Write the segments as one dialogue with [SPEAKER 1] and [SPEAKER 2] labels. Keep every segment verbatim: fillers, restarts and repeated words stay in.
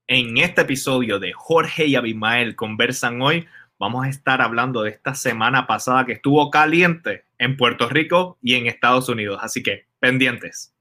[SPEAKER 1] En este episodio de Jorge y Abimael Conversan Hoy, vamos a estar hablando de esta semana pasada que estuvo caliente en Puerto Rico y en Estados Unidos. Así que, pendientes.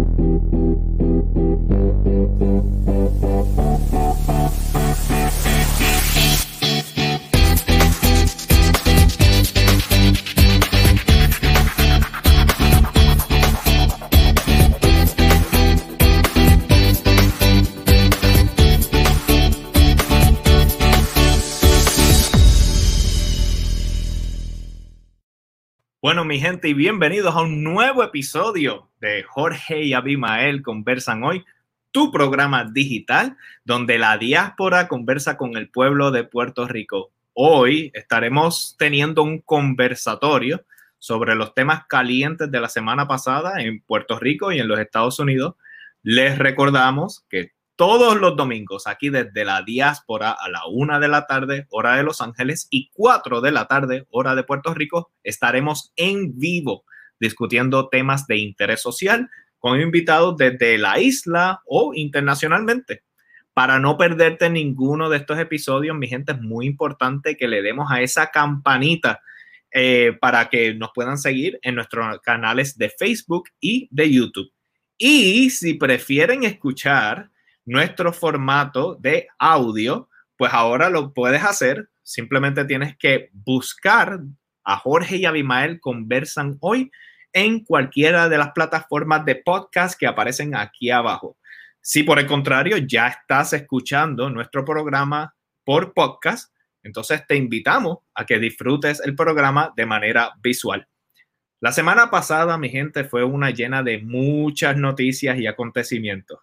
[SPEAKER 1] Bueno, mi gente, y bienvenidos a un nuevo episodio de Jorge y Abimael Conversan Hoy, tu programa digital donde la diáspora conversa con el pueblo de Puerto Rico. Hoy estaremos teniendo un conversatorio sobre los temas calientes de la semana pasada en Puerto Rico y en los Estados Unidos. Les recordamos que todos los domingos, aquí desde la diáspora a la una de la tarde, hora de Los Ángeles, y cuatro de la tarde, hora de Puerto Rico, estaremos en vivo discutiendo temas de interés social con invitados desde la isla o internacionalmente. Para no perderte ninguno de estos episodios, mi gente, es muy importante que le demos a esa campanita eh, para que nos puedan seguir en nuestros canales de Facebook y de YouTube. Y si prefieren escuchar nuestro formato de audio, pues ahora lo puedes hacer. Simplemente tienes que buscar a Jorge y Abimael Conversan Hoy en cualquiera de las plataformas de podcast que aparecen aquí abajo. Si por el contrario ya estás escuchando nuestro programa por podcast, entonces te invitamos a que disfrutes el programa de manera visual. La semana pasada, mi gente, fue una llena de muchas noticias y acontecimientos.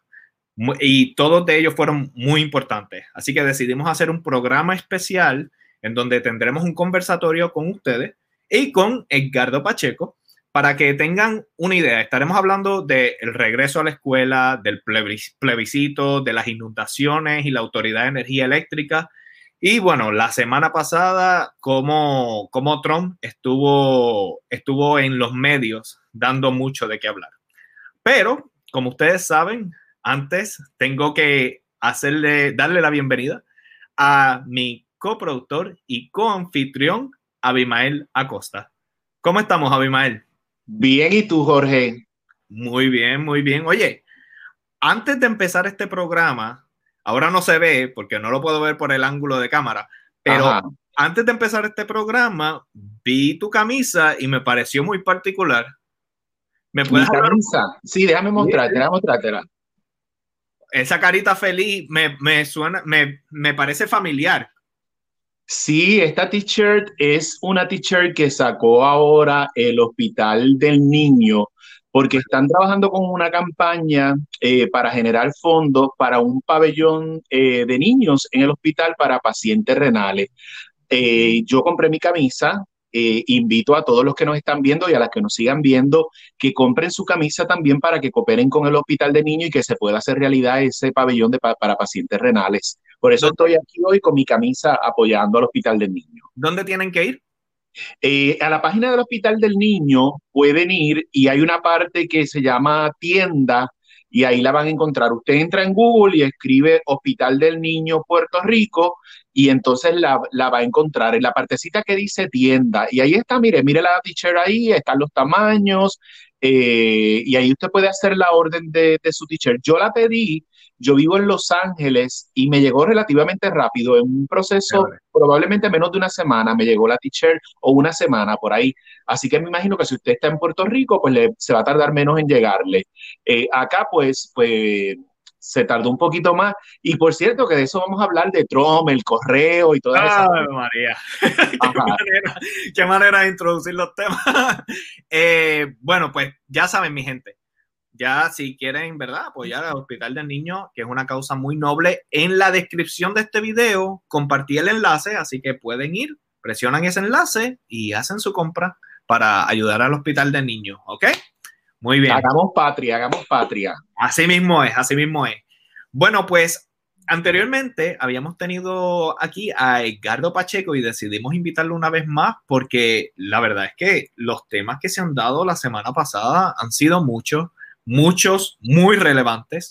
[SPEAKER 1] Y todos de ellos fueron muy importantes. Así que decidimos hacer un programa especial en donde tendremos un conversatorio con ustedes y con Edgardo Pacheco para que tengan una idea. Estaremos hablando del regreso a la escuela, del plebiscito, de las inundaciones y la Autoridad de Energía Eléctrica. Y bueno, la semana pasada, cómo, cómo Trump estuvo, estuvo en los medios dando mucho de qué hablar. Pero, como ustedes saben, antes tengo que hacerle, darle la bienvenida a mi coproductor y coanfitrión, Abimael Acosta. ¿Cómo estamos, Abimael?
[SPEAKER 2] Bien, ¿y tú, Jorge?
[SPEAKER 1] Muy bien, muy bien. Oye, antes de empezar este programa, ahora no se ve porque no lo puedo ver por el ángulo de cámara, pero Ajá. antes de empezar este programa, vi tu camisa y me pareció muy particular.
[SPEAKER 2] ¿Me puedes ¿Mi camisa? Hablar? Sí, déjame mostrarte, déjame mostrártela.
[SPEAKER 1] Esa carita feliz me, me suena, me, me parece familiar.
[SPEAKER 2] Sí, esta t-shirt es una t-shirt que sacó ahora el Hospital del Niño, porque están trabajando con una campaña eh, para generar fondos para un pabellón eh, de niños en el hospital para pacientes renales. Eh, yo compré mi camisa. Eh, invito a todos los que nos están viendo y a las que nos sigan viendo que compren su camisa también para que cooperen con el Hospital de Niños y que se pueda hacer realidad ese pabellón de, para pacientes renales. Por eso estoy aquí hoy con mi camisa apoyando al Hospital del Niño.
[SPEAKER 1] ¿Dónde tienen que ir?
[SPEAKER 2] Eh, a la página del Hospital del Niño pueden ir y hay una parte que se llama tienda y ahí la van a encontrar. Usted entra en Google y escribe Hospital del Niño Puerto Rico y entonces la, la va a encontrar en la partecita que dice tienda. Y ahí está, mire, mire la t-shirt ahí, están los tamaños eh, y ahí usted puede hacer la orden de, de su t-shirt. Yo la pedí, yo vivo en Los Ángeles y me llegó relativamente rápido, en un proceso Claro. probablemente menos de una semana me llegó la t-shirt o una semana por ahí. Así que me imagino que si usted está en Puerto Rico, pues le, se va a tardar menos en llegarle. Eh, acá pues, pues se tardó un poquito más. Y por cierto que de eso vamos a hablar de Trump, el correo y todas esas
[SPEAKER 1] cosas. ¡Ay, María! ¿Qué manera, qué manera de introducir los temas. eh, bueno, pues ya saben, mi gente. Ya si quieren, ¿verdad?, apoyar al Hospital del Niño, que es una causa muy noble, en la descripción de este video compartí el enlace, así que pueden ir, presionan ese enlace y hacen su compra para ayudar al Hospital del Niño, ¿ok? Muy bien.
[SPEAKER 2] Hagamos patria, hagamos patria.
[SPEAKER 1] Así mismo es, así mismo es. Bueno, pues anteriormente habíamos tenido aquí a Edgardo Pacheco y decidimos invitarlo una vez más porque la verdad es que los temas que se han dado la semana pasada han sido muchos, muchos muy relevantes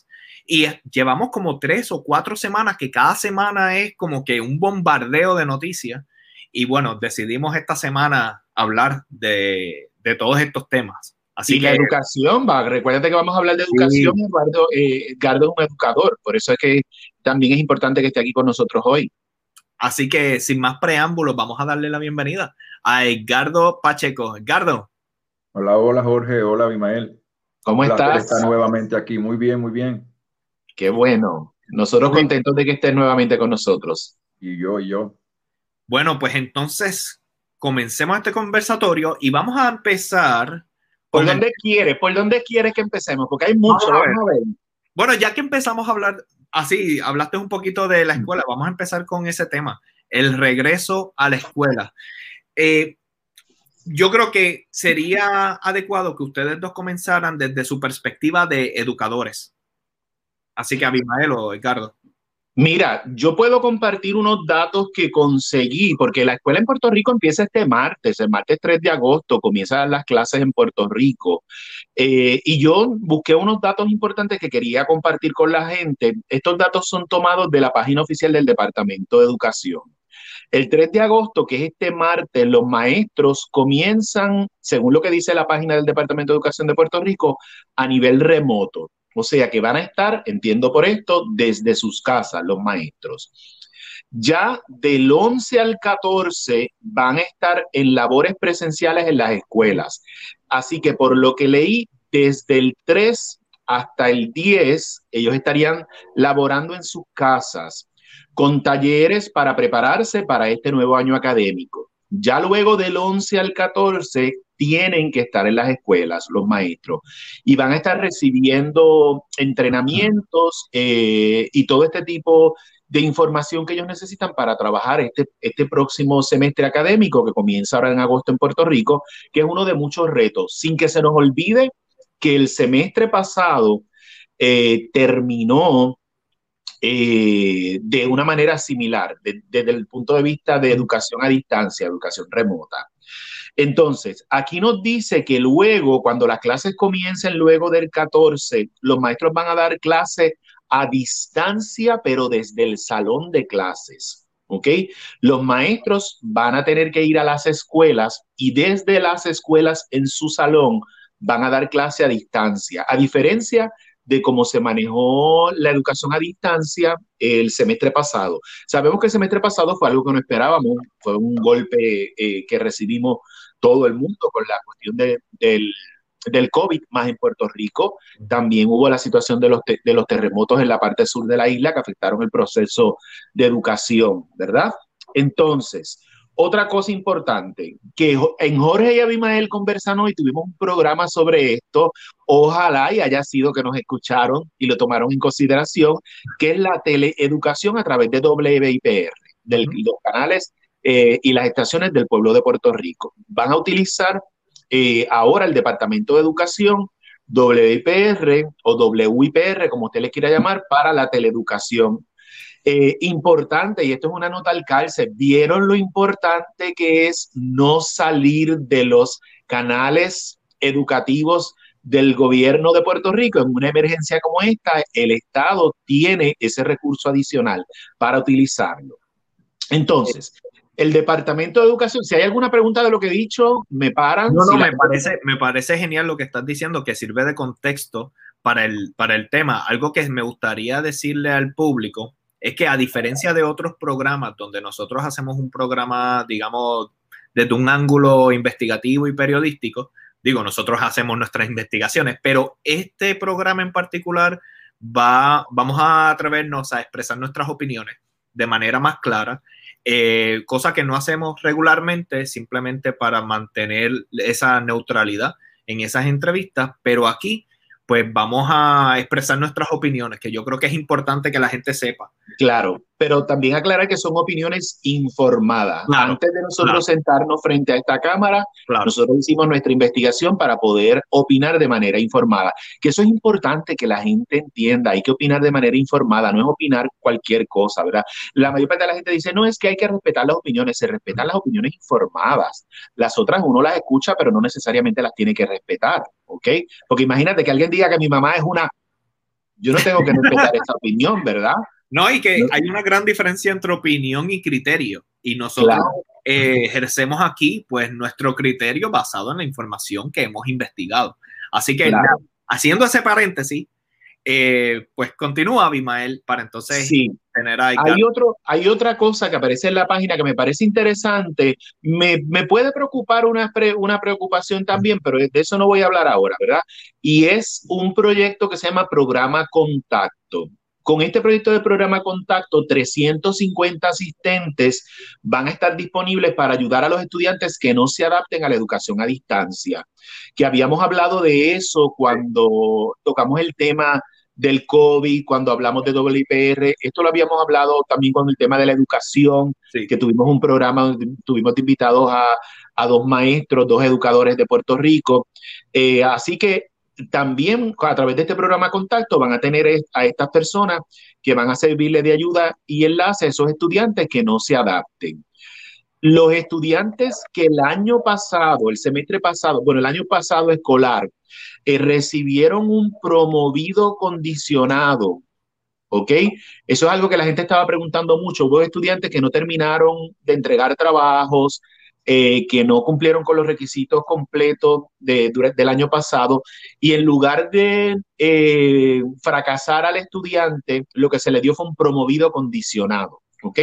[SPEAKER 1] Y llevamos como tres o cuatro semanas que cada semana es como que un bombardeo de noticias. Y bueno, decidimos esta semana hablar de, de todos estos temas. Así
[SPEAKER 2] y
[SPEAKER 1] que,
[SPEAKER 2] la educación, va, recuérdate que vamos a hablar de educación,
[SPEAKER 1] sí.
[SPEAKER 2] Eduardo, eh, Edgardo es un educador, por eso es que también es importante que esté aquí con nosotros hoy.
[SPEAKER 1] Así que sin más preámbulos, vamos a darle la bienvenida a Edgardo Pacheco. Edgardo.
[SPEAKER 3] Hola, hola Jorge, hola Abimael.
[SPEAKER 2] ¿Cómo
[SPEAKER 3] Un placer
[SPEAKER 2] estás?
[SPEAKER 3] estar nuevamente aquí. Muy bien, muy bien.
[SPEAKER 2] Qué bueno. Nosotros
[SPEAKER 1] Muy
[SPEAKER 2] contentos de que estés nuevamente con nosotros.
[SPEAKER 3] Y yo, y yo.
[SPEAKER 1] Bueno, pues entonces comencemos este conversatorio y vamos a empezar.
[SPEAKER 2] ¿Por
[SPEAKER 1] con el-
[SPEAKER 2] dónde quieres? ¿Por dónde quieres que empecemos? Porque hay mucho,
[SPEAKER 1] Vamos a ver.
[SPEAKER 2] vamos a ver.
[SPEAKER 1] Bueno, ya que empezamos a hablar, así, hablaste un poquito de la escuela, vamos a empezar con ese tema, el regreso a la escuela. Eh, yo creo que sería adecuado que ustedes dos comenzaran desde su perspectiva de educadores. Así que Abimael o Edgardo.
[SPEAKER 2] Mira, yo puedo compartir unos datos que conseguí, porque la escuela en Puerto Rico empieza este martes, el martes tres de agosto, comienzan las clases en Puerto Rico. Eh, y yo busqué unos datos importantes que quería compartir con la gente. Estos datos son tomados de la página oficial del Departamento de Educación. El tres de agosto, que es este martes, los maestros comienzan, según lo que dice la página del Departamento de Educación de Puerto Rico, a nivel remoto. O sea que van a estar, entiendo por esto, desde sus casas los maestros. Ya del once al catorce van a estar en labores presenciales en las escuelas. Así que por lo que leí, desde el tres hasta el diez, ellos estarían laborando en sus casas con talleres para prepararse para este nuevo año académico. Ya luego del once al catorce tienen que estar en las escuelas los maestros y van a estar recibiendo entrenamientos eh, y todo este tipo de información que ellos necesitan para trabajar este, este próximo semestre académico que comienza ahora en agosto en Puerto Rico, que es uno de muchos retos, sin que se nos olvide que el semestre pasado eh, terminó Eh, de una manera similar, de, desde el punto de vista de educación a distancia, educación remota. Entonces, aquí nos dice que luego, cuando las clases comiencen luego del catorce, los maestros van a dar clases a distancia, pero desde el salón de clases. ¿Ok? Los maestros van a tener que ir a las escuelas y desde las escuelas en su salón van a dar clase a distancia. A diferencia de cómo se manejó la educación a distancia el semestre pasado. Sabemos que el semestre pasado fue algo que no esperábamos, fue un golpe eh, que recibimos todo el mundo con la cuestión de, del, del COVID, más en Puerto Rico. También hubo la situación de los, te, de los terremotos en la parte sur de la isla que afectaron el proceso de educación, ¿verdad? Entonces, otra cosa importante, que en Jorge y Abimael conversan hoy, tuvimos un programa sobre esto, ojalá y haya sido que nos escucharon y lo tomaron en consideración, que es la teleeducación a través de W I P R, de los canales eh, y las estaciones del pueblo de Puerto Rico. Van a utilizar eh, ahora el Departamento de Educación W I P R o W I P R, como usted les quiera llamar, para la teleeducación. Eh, importante, y esto es una nota al calce, ¿vieron lo importante que es no salir de los canales educativos del gobierno de Puerto Rico? En una emergencia como esta, el Estado tiene ese recurso adicional para utilizarlo. Entonces, el Departamento de Educación, si hay alguna pregunta de lo que he dicho, me paran.
[SPEAKER 1] No, no,
[SPEAKER 2] si
[SPEAKER 1] me,
[SPEAKER 2] la...
[SPEAKER 1] parece, me parece genial lo que estás diciendo, que sirve de contexto para el, para el tema. Algo que me gustaría decirle al público es que a diferencia de otros programas donde nosotros hacemos un programa, digamos, desde un ángulo investigativo y periodístico, digo, nosotros hacemos nuestras investigaciones, pero este programa en particular va, vamos a atrevernos a expresar nuestras opiniones de manera más clara, eh, cosa que no hacemos regularmente simplemente para mantener esa neutralidad en esas entrevistas, pero aquí pues vamos a expresar nuestras opiniones, que yo creo que es importante que la gente sepa.
[SPEAKER 2] Claro, pero también aclarar que son opiniones informadas.
[SPEAKER 1] Claro,
[SPEAKER 2] Antes de nosotros
[SPEAKER 1] claro.
[SPEAKER 2] sentarnos frente a esta cámara,
[SPEAKER 1] Claro.
[SPEAKER 2] nosotros hicimos nuestra investigación para poder opinar de manera informada. Que eso es importante que la gente entienda. Hay que opinar de manera informada, no es opinar cualquier cosa, ¿verdad? La mayor parte de la gente dice, no, es que hay que respetar las opiniones. Se respetan las opiniones informadas. Las otras uno las escucha, pero no necesariamente las tiene que respetar, ¿ok? Porque imagínate que alguien diga que mi mamá es una... Yo no tengo que respetar esa opinión, ¿verdad?
[SPEAKER 1] No, y que
[SPEAKER 2] No.
[SPEAKER 1] hay una gran diferencia entre opinión y criterio. Y nosotros
[SPEAKER 2] Claro.
[SPEAKER 1] eh, ejercemos aquí, pues, nuestro criterio basado en la información que hemos investigado. Así que,
[SPEAKER 2] Claro.
[SPEAKER 1] nada, haciendo ese paréntesis, eh, pues continúa, Abimael, para entonces
[SPEAKER 2] Sí.
[SPEAKER 1] tener ahí.
[SPEAKER 2] Hay, otro, hay otra cosa que aparece en la página que me parece interesante. Me, me puede preocupar una, pre, una preocupación también, pero de eso no voy a hablar ahora, ¿verdad? Y es un proyecto que se llama Programa Contacto. Con este proyecto de Programa Contacto, trescientos cincuenta asistentes van a estar disponibles para ayudar a los estudiantes que no se adapten a la educación a distancia. Que habíamos hablado de eso cuando tocamos el tema del COVID, cuando hablamos de W I P R, esto lo habíamos hablado también con el tema de la educación,
[SPEAKER 1] Sí.
[SPEAKER 2] que tuvimos un programa donde tuvimos invitados a, a dos maestros, dos educadores de Puerto Rico. Eh, así que también a través de este programa Contacto van a tener a estas personas que van a servirle de ayuda y enlace a esos estudiantes que no se adapten. Los estudiantes que el año pasado, el semestre pasado, bueno, el año pasado escolar, eh, recibieron un promovido condicionado, ¿ok? Eso es algo que la gente estaba preguntando mucho. Hubo estudiantes que no terminaron de entregar trabajos, eh, que no cumplieron con los requisitos completos de, de, del año pasado, y en lugar de eh, fracasar al estudiante, lo que se le dio fue un promovido condicionado, ¿ok?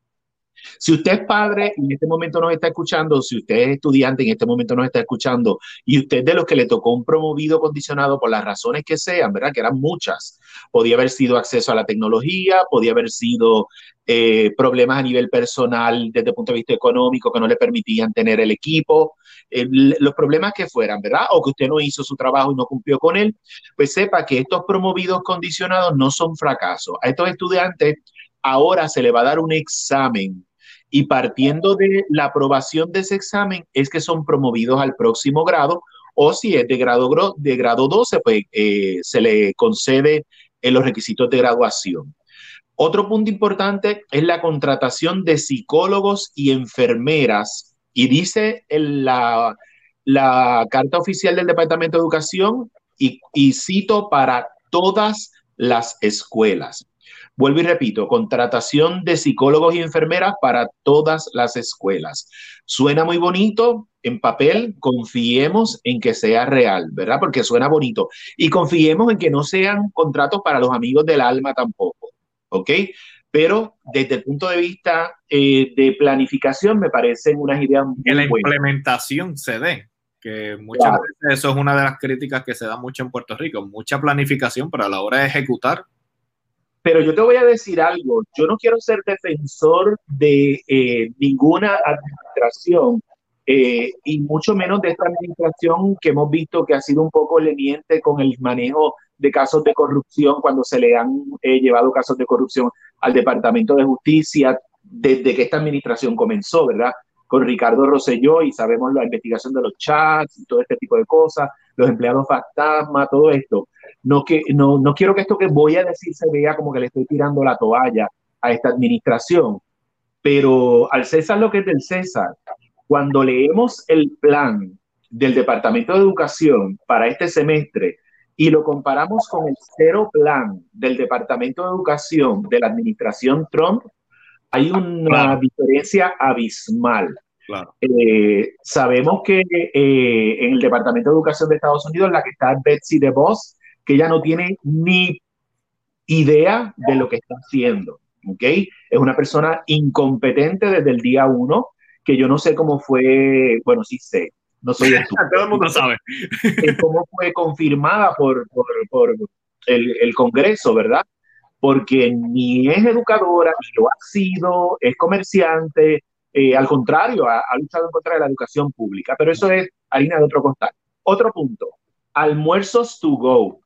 [SPEAKER 2] Si usted es padre y en este momento nos está escuchando, si usted es estudiante y en este momento nos está escuchando, y usted de los que le tocó un promovido condicionado por las razones que sean, ¿verdad? Que eran muchas. Podía haber sido acceso a la tecnología, podía haber sido eh, problemas a nivel personal desde el punto de vista económico que no le permitían tener el equipo, eh, los problemas que fueran, ¿verdad? O que usted no hizo su trabajo y no cumplió con él, pues sepa que estos promovidos condicionados no son fracasos. A estos estudiantes ahora se le va a dar un examen. Y partiendo de la aprobación de ese examen es que son promovidos al próximo grado, o si es de grado, de grado doce, pues eh, se le concede en los requisitos de graduación. Otro punto importante es la contratación de psicólogos y enfermeras, y dice en la, la carta oficial del Departamento de Educación, y, y cito, para todas las escuelas. Vuelvo y repito, contratación de psicólogos y enfermeras para todas las escuelas. Suena muy bonito en papel, confiemos en que sea real, ¿verdad? Porque suena bonito. Y confiemos en que no sean contratos para los amigos del alma tampoco, ¿ok? Pero desde el punto de vista eh, de planificación me parecen unas ideas muy
[SPEAKER 1] que la
[SPEAKER 2] buenas.
[SPEAKER 1] Implementación se dé, que muchas
[SPEAKER 2] Claro.
[SPEAKER 1] veces eso es una de las críticas que se da mucho en Puerto Rico, mucha planificación, pero a la hora de ejecutar.
[SPEAKER 2] Pero yo te voy a decir algo, yo no quiero ser defensor de eh, ninguna administración, eh, y mucho menos de esta administración que hemos visto que ha sido un poco leniente con el manejo de casos de corrupción cuando se le han eh, llevado casos de corrupción al Departamento de Justicia desde que esta administración comenzó, ¿verdad? Con Ricardo Rosselló, y sabemos la investigación de los chats y todo este tipo de cosas, los empleados fantasma, todo esto. No, que, no, no quiero que esto que voy a decir se vea como que le estoy tirando la toalla a esta administración, pero al César lo que es del César. Cuando leemos el plan del Departamento de Educación para este semestre y lo comparamos con el cero plan del Departamento de Educación de la administración Trump, hay una claro. diferencia abismal.
[SPEAKER 1] Claro.
[SPEAKER 2] Eh, sabemos que eh, en el Departamento de Educación de Estados Unidos, la que está Betsy DeVos, que ella no tiene ni idea de lo que está haciendo, ¿ok? Es una persona incompetente desde el día uno, que yo no sé cómo fue, bueno, sí sé, no soy estúpido.
[SPEAKER 1] Todo el mundo sabe.
[SPEAKER 2] Cómo fue confirmada por, por, por el, el Congreso, ¿verdad? Porque ni es educadora, ni lo ha sido, es comerciante, eh, al contrario, ha, ha luchado en contra de la educación pública, pero eso es harina de otro costal. Otro punto, almuerzos to go.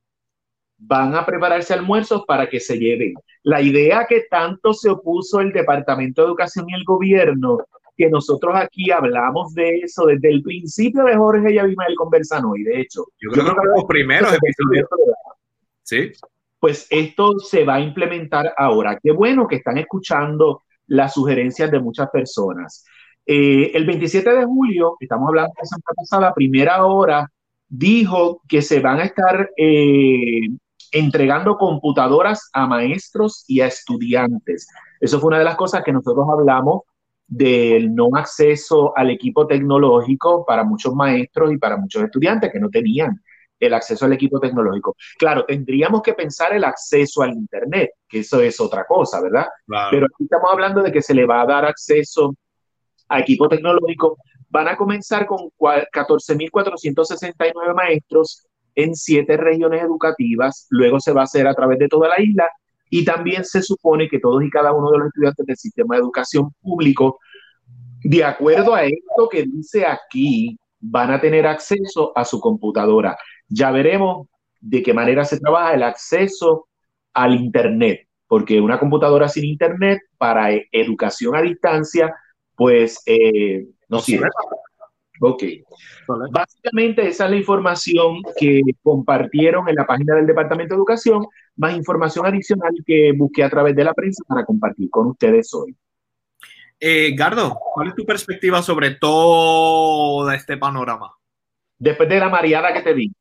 [SPEAKER 2] Van a prepararse almuerzos para que se lleven. La idea que tanto se opuso el Departamento de Educación y el gobierno, que nosotros aquí hablamos de eso desde el principio de Jorge y Abimael conversan hoy, de hecho.
[SPEAKER 1] Yo creo, yo creo que los primeros episodios. Sí.
[SPEAKER 2] Pues esto se va a implementar ahora. Qué bueno que están escuchando las sugerencias de muchas personas. Eh, el veintisiete de julio, estamos hablando de Semana Pasada, primera hora, dijo que se van a estar eh, entregando computadoras a maestros y a estudiantes. Eso fue una de las cosas que nosotros hablamos del no acceso al equipo tecnológico para muchos maestros y para muchos estudiantes que no tenían el acceso al equipo tecnológico. Claro, tendríamos que pensar el acceso al Internet, que eso es otra cosa, ¿verdad?
[SPEAKER 1] Claro.
[SPEAKER 2] Pero aquí estamos hablando de que se le va a dar acceso a equipo tecnológico. Van a comenzar con catorce mil cuatrocientos sesenta y nueve maestros en siete regiones educativas, luego se va a hacer a través de toda la isla y también se supone que todos y cada uno de los estudiantes del sistema de educación público, de acuerdo a esto que dice aquí, van a tener acceso a su computadora. Ya veremos de qué manera se trabaja el acceso al Internet, porque una computadora sin Internet para educación a distancia, pues eh, no sirve. Ok. Básicamente esa es la información que compartieron en la página del Departamento de Educación, más información adicional que busqué a través de la prensa para compartir con ustedes hoy.
[SPEAKER 1] Eh, Gardo, ¿cuál es tu perspectiva sobre todo este panorama?
[SPEAKER 2] Después de la mareada que te di.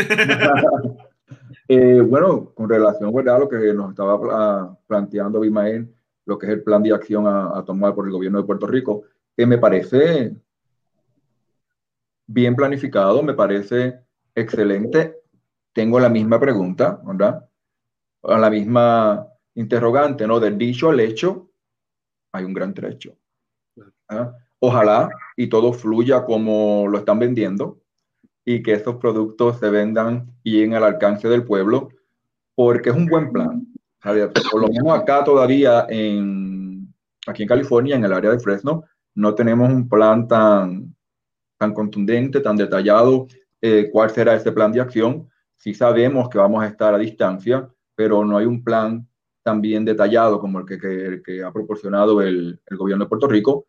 [SPEAKER 3] eh, bueno, con relación, ¿verdad?, a lo que nos estaba uh, planteando Abimael, lo que es el plan de acción a, a tomar por el gobierno de Puerto Rico, que me parece bien planificado, me parece excelente. Tengo la misma pregunta, ¿verdad? La misma interrogante, ¿no? Del dicho al hecho hay un gran trecho. ¿Ah? Ojalá y todo fluya como lo están vendiendo y que esos productos se vendan y lleguen al alcance del pueblo, porque es un buen plan. Por lo menos acá todavía, en, aquí en California, en el área de Fresno, no tenemos un plan tan, tan contundente, tan detallado. Eh, ¿Cuál será ese plan de acción? Sí sabemos que vamos a estar a distancia, pero no hay un plan tan bien detallado como el que, que, el que ha proporcionado el, el gobierno de Puerto Rico.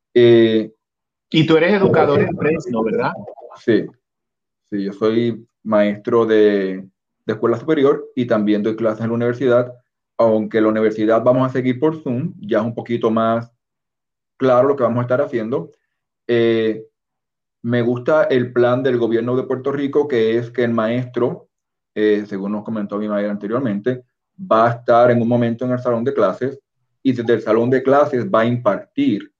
[SPEAKER 3] Eh,
[SPEAKER 2] y tú eres educador en Fresno, ¿verdad?
[SPEAKER 3] Sí, sí, yo soy maestro de, de escuela superior y también doy clases en la universidad, aunque en la universidad vamos a seguir por Zoom, ya es un poquito más claro lo que vamos a estar haciendo. Eh, me gusta el plan del gobierno de Puerto Rico, que es que el maestro, eh, según nos comentó mi maestra anteriormente, va a estar en un momento en el salón de clases y desde el salón de clases va a impartir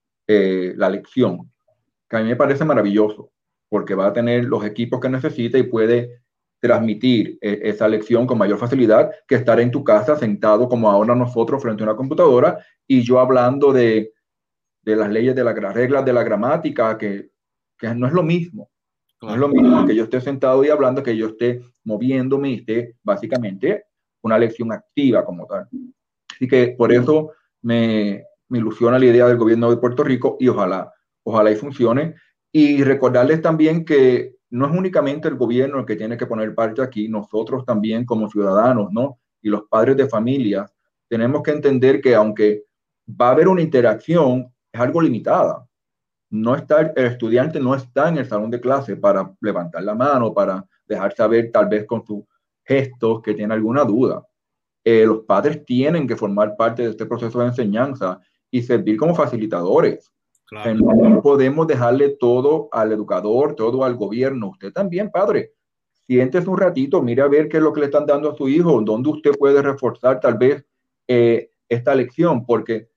[SPEAKER 3] eh, la lección, que a mí me parece maravilloso, porque va a tener los equipos que necesita y puede transmitir eh, esa lección con mayor facilidad que estar en tu casa sentado como ahora nosotros frente a una computadora y yo hablando de, de las leyes, de las reglas de la gramática, que, que no es lo mismo. No es lo mismo que yo esté sentado y hablando, que yo esté moviéndome y esté básicamente una lección activa como tal. Así que por eso me, me ilusiona la idea del gobierno de Puerto Rico y ojalá, ojalá y funcione. Y recordarles también que no es únicamente el gobierno el que tiene que poner parte aquí, nosotros también como ciudadanos, ¿no? Y los padres de familia, tenemos que entender que aunque va a haber una interacción, es algo limitada. No está, el estudiante no está en el salón de clase para levantar la mano, para dejar saber tal vez con sus gestos que tiene alguna duda. Eh, los padres tienen que formar parte de este proceso de enseñanza y servir como facilitadores. Claro. No podemos dejarle todo al educador, todo al gobierno. Usted también, padre, siéntese un ratito, mire a ver qué es lo que le están dando a su hijo, dónde usted puede reforzar tal vez eh, esta lección, porque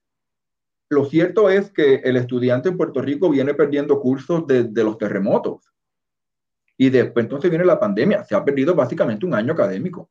[SPEAKER 3] lo cierto es que el estudiante en Puerto Rico viene perdiendo cursos desde de los terremotos y después entonces viene la pandemia. Se ha perdido básicamente un año académico.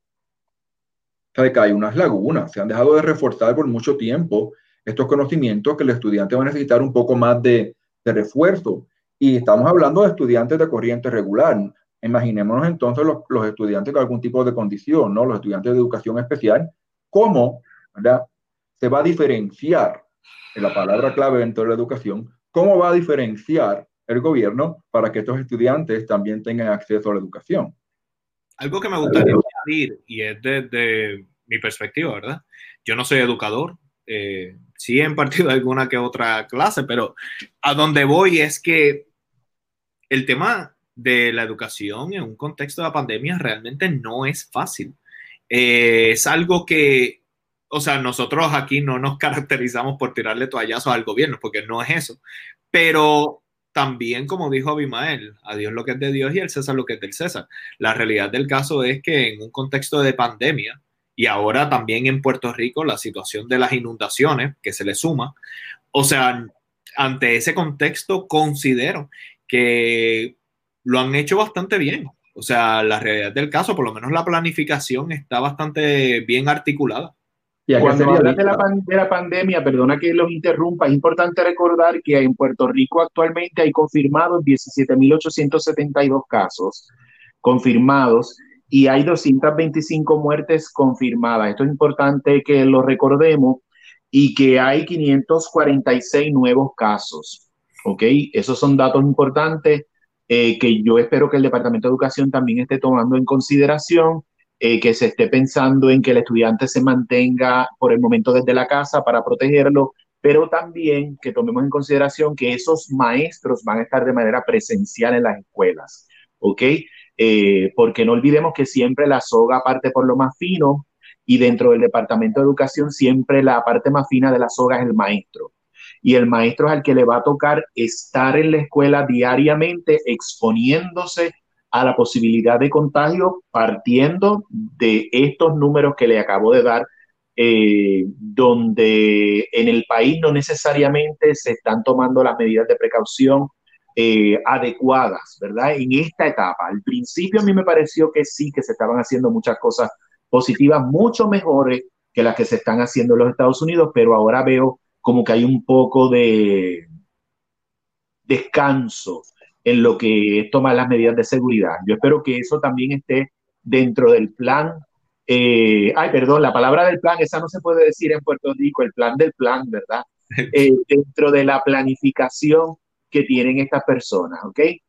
[SPEAKER 3] O sea, que hay unas lagunas, se han dejado de reforzar por mucho tiempo estos conocimientos que el estudiante va a necesitar un poco más de, de refuerzo. Y estamos hablando de estudiantes de corriente regular. Imaginémonos entonces los, los estudiantes con algún tipo de condición, ¿no? Los estudiantes de educación especial. ¿Cómo, verdad, se va a diferenciar, en la palabra clave dentro de la educación, cómo va a diferenciar el gobierno para que estos estudiantes también tengan acceso a la educación?
[SPEAKER 1] Algo que me gustaría añadir, y es desde mi perspectiva, ¿verdad? Yo no soy educador, eh, sí he impartido alguna que otra clase, pero a donde voy es que el tema de la educación en un contexto de pandemia realmente no es fácil. Eh, es algo que, o sea, nosotros aquí no nos caracterizamos por tirarle toallazos al gobierno, porque no es eso, pero también, como dijo Abimael, a Dios lo que es de Dios y al César lo que es del César. La realidad del caso es que en un contexto de pandemia, y ahora también en Puerto Rico, la situación de las inundaciones que se le suma, o sea, ante ese contexto considero que lo han hecho bastante bien. O sea, la realidad del caso, por lo menos la planificación está bastante bien articulada.
[SPEAKER 2] Cuando hablas de la, de la pandemia, perdona que los interrumpa, es importante recordar que en Puerto Rico actualmente hay confirmados diecisiete mil ochocientos setenta y dos casos confirmados y hay doscientas veinticinco muertes confirmadas. Esto es importante que lo recordemos y que hay quinientos cuarenta y seis nuevos casos. ¿Ok? Esos son datos importantes eh, que yo espero que el Departamento de Educación también esté tomando en consideración. Eh, que se esté pensando en que el estudiante se mantenga por el momento desde la casa para protegerlo, pero también que tomemos en consideración que esos maestros van a estar de manera presencial en las escuelas, ¿ok? Eh, porque no olvidemos que siempre la soga parte por lo más fino y dentro del Departamento de Educación siempre la parte más fina de la soga es el maestro. Y el maestro es al que le va a tocar estar en la escuela diariamente exponiéndose a la posibilidad de contagio partiendo de estos números que le acabo de dar, eh, donde en el país no necesariamente se están tomando las medidas de precaución eh, adecuadas, ¿verdad? En esta etapa. Al principio a mí me pareció que sí, que se estaban haciendo muchas cosas positivas, mucho mejores que las que se están haciendo en los Estados Unidos, pero ahora veo como que hay un poco de descanso en lo que es tomar las medidas de seguridad. Yo espero que eso también esté dentro del plan. Eh, ay, perdón, la palabra del plan, esa no se puede decir en Puerto Rico, el plan del plan, ¿verdad? Eh, dentro de la planificación que tienen estas personas, ¿ok?
[SPEAKER 1] Eh,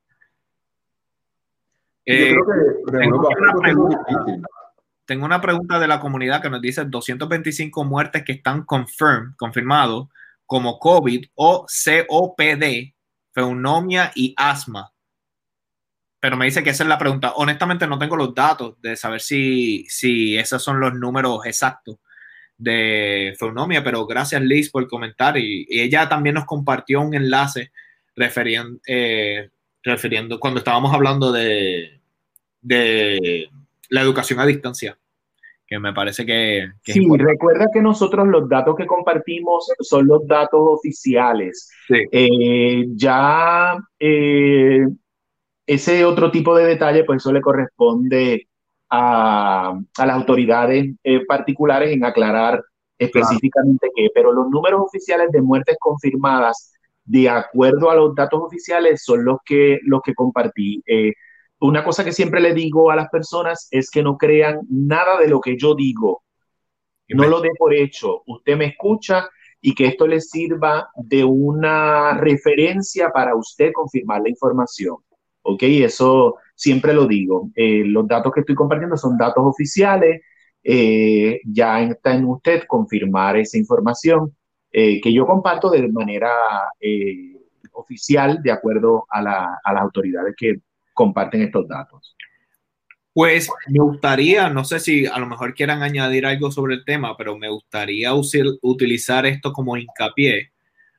[SPEAKER 3] Yo creo que
[SPEAKER 1] tengo, una pregunta, tengo una pregunta de la comunidad que nos dice doscientas veinticinco muertes que están confirmed, confirmados como COVID o C O P D, pneumonia y asma. Pero me dice que esa es la pregunta. Honestamente no tengo los datos de saber si, si esos son los números exactos de pneumonia, pero gracias Liz por comentar y, y ella también nos compartió un enlace referiendo, eh, refiriendo cuando estábamos hablando de, de la educación a distancia, que me parece que, que
[SPEAKER 2] sí,
[SPEAKER 1] es importante.
[SPEAKER 2] Recuerda que nosotros los datos que compartimos son los datos oficiales.
[SPEAKER 1] Sí.
[SPEAKER 2] Eh, ya eh, ese otro tipo de detalle, pues eso le corresponde a, a las autoridades eh, particulares en aclarar específicamente claro. qué, pero los números oficiales de muertes confirmadas, de acuerdo a los datos oficiales, son los que, los que compartí. Eh, una cosa que siempre le digo a las personas es que no crean nada de lo que yo digo. No lo dé por hecho. Usted me escucha y que esto le sirva de una referencia para usted confirmar la información. ¿Ok? Eso siempre lo digo. Eh, los datos que estoy compartiendo son datos oficiales. Eh, ya está en usted confirmar esa información eh, que yo comparto de manera eh, oficial de acuerdo a, la, a las autoridades que comparten estos datos.
[SPEAKER 1] Pues me gustaría, no sé si a lo mejor quieran añadir algo sobre el tema, pero me gustaría usir, utilizar esto como hincapié,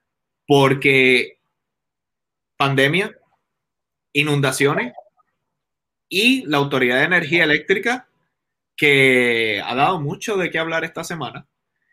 [SPEAKER 1] porque pandemia, inundaciones y la Autoridad de Energía Eléctrica, que ha dado mucho de qué hablar esta semana,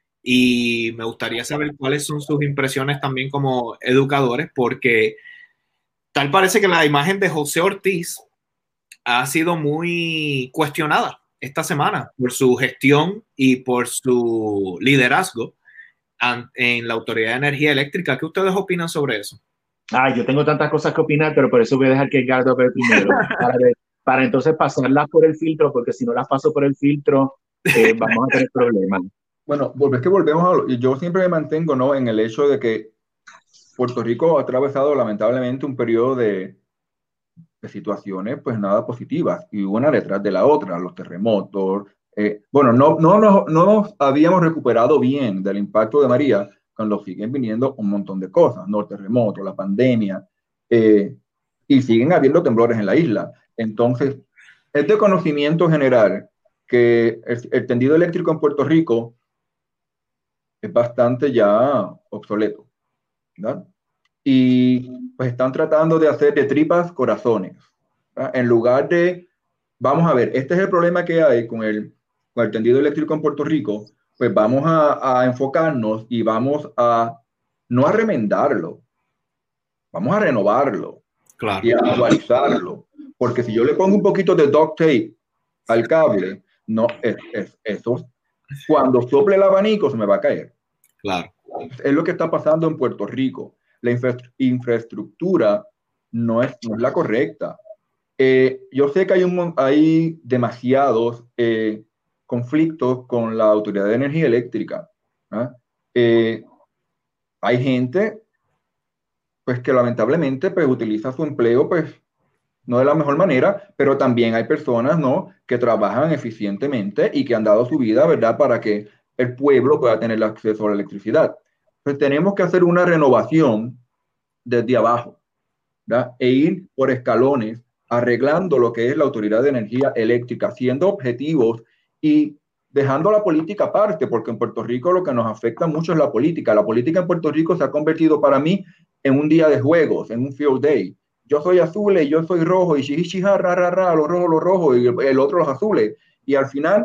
[SPEAKER 1] y me gustaría saber cuáles son sus impresiones también como educadores, porque tal parece que la imagen de José Ortiz ha sido muy cuestionada esta semana por su gestión y por su liderazgo en la Autoridad de Energía Eléctrica. ¿Qué ustedes opinan sobre eso?
[SPEAKER 2] Ah, yo tengo tantas cosas que opinar, pero por eso voy a dejar que Edgardo hable primero, para, para entonces pasarlas por el filtro, porque si no las paso por el filtro, eh, vamos a tener problemas.
[SPEAKER 3] Bueno, es que volvemos a lo, yo siempre me mantengo, ¿no?, en el hecho de que Puerto Rico ha atravesado lamentablemente un periodo de, de situaciones pues nada positivas y una detrás de la otra, los terremotos. Eh, bueno, no, no, no, no nos habíamos recuperado bien del impacto de María, cuando siguen viniendo un montón de cosas, ¿no? El terremoto, la pandemia, eh, y siguen habiendo temblores en la isla. Entonces, es de conocimiento general que el, el tendido eléctrico en Puerto Rico es bastante ya obsoleto, ¿verdad? y pues están tratando de hacer de tripas corazones, ¿verdad? En lugar de, vamos a ver, este es el problema que hay con el, con el tendido eléctrico en Puerto Rico, pues vamos a, a enfocarnos y vamos a, no a remendarlo, vamos a renovarlo, claro, y a actualizarlo, porque si yo le pongo un poquito de duct tape al cable, no, es, es, eso, cuando sople el abanico se me va a caer.
[SPEAKER 1] Claro.
[SPEAKER 3] Es lo que está pasando en Puerto Rico. La infra infraestructura no es, no es la correcta. Eh, yo sé que hay, un, hay demasiados eh, conflictos con la Autoridad de Energía Eléctrica, ¿eh? Eh, hay gente pues, que lamentablemente pues, utiliza su empleo pues, no de la mejor manera, pero también hay personas, ¿no?, que trabajan eficientemente y que han dado su vida, ¿verdad?, para que el pueblo pueda tener acceso a la electricidad. Pues tenemos que hacer una renovación desde abajo, ¿verdad?, e ir por escalones, arreglando lo que es la Autoridad de Energía Eléctrica, siendo objetivos y dejando la política aparte, porque en Puerto Rico lo que nos afecta mucho es la política. La política en Puerto Rico se ha convertido para mí en un día de juegos, en un field day. Yo soy azul y yo soy rojo, y shihishija, ra, ra, ra, los rojos, los rojos, y el otro los azules. Y al final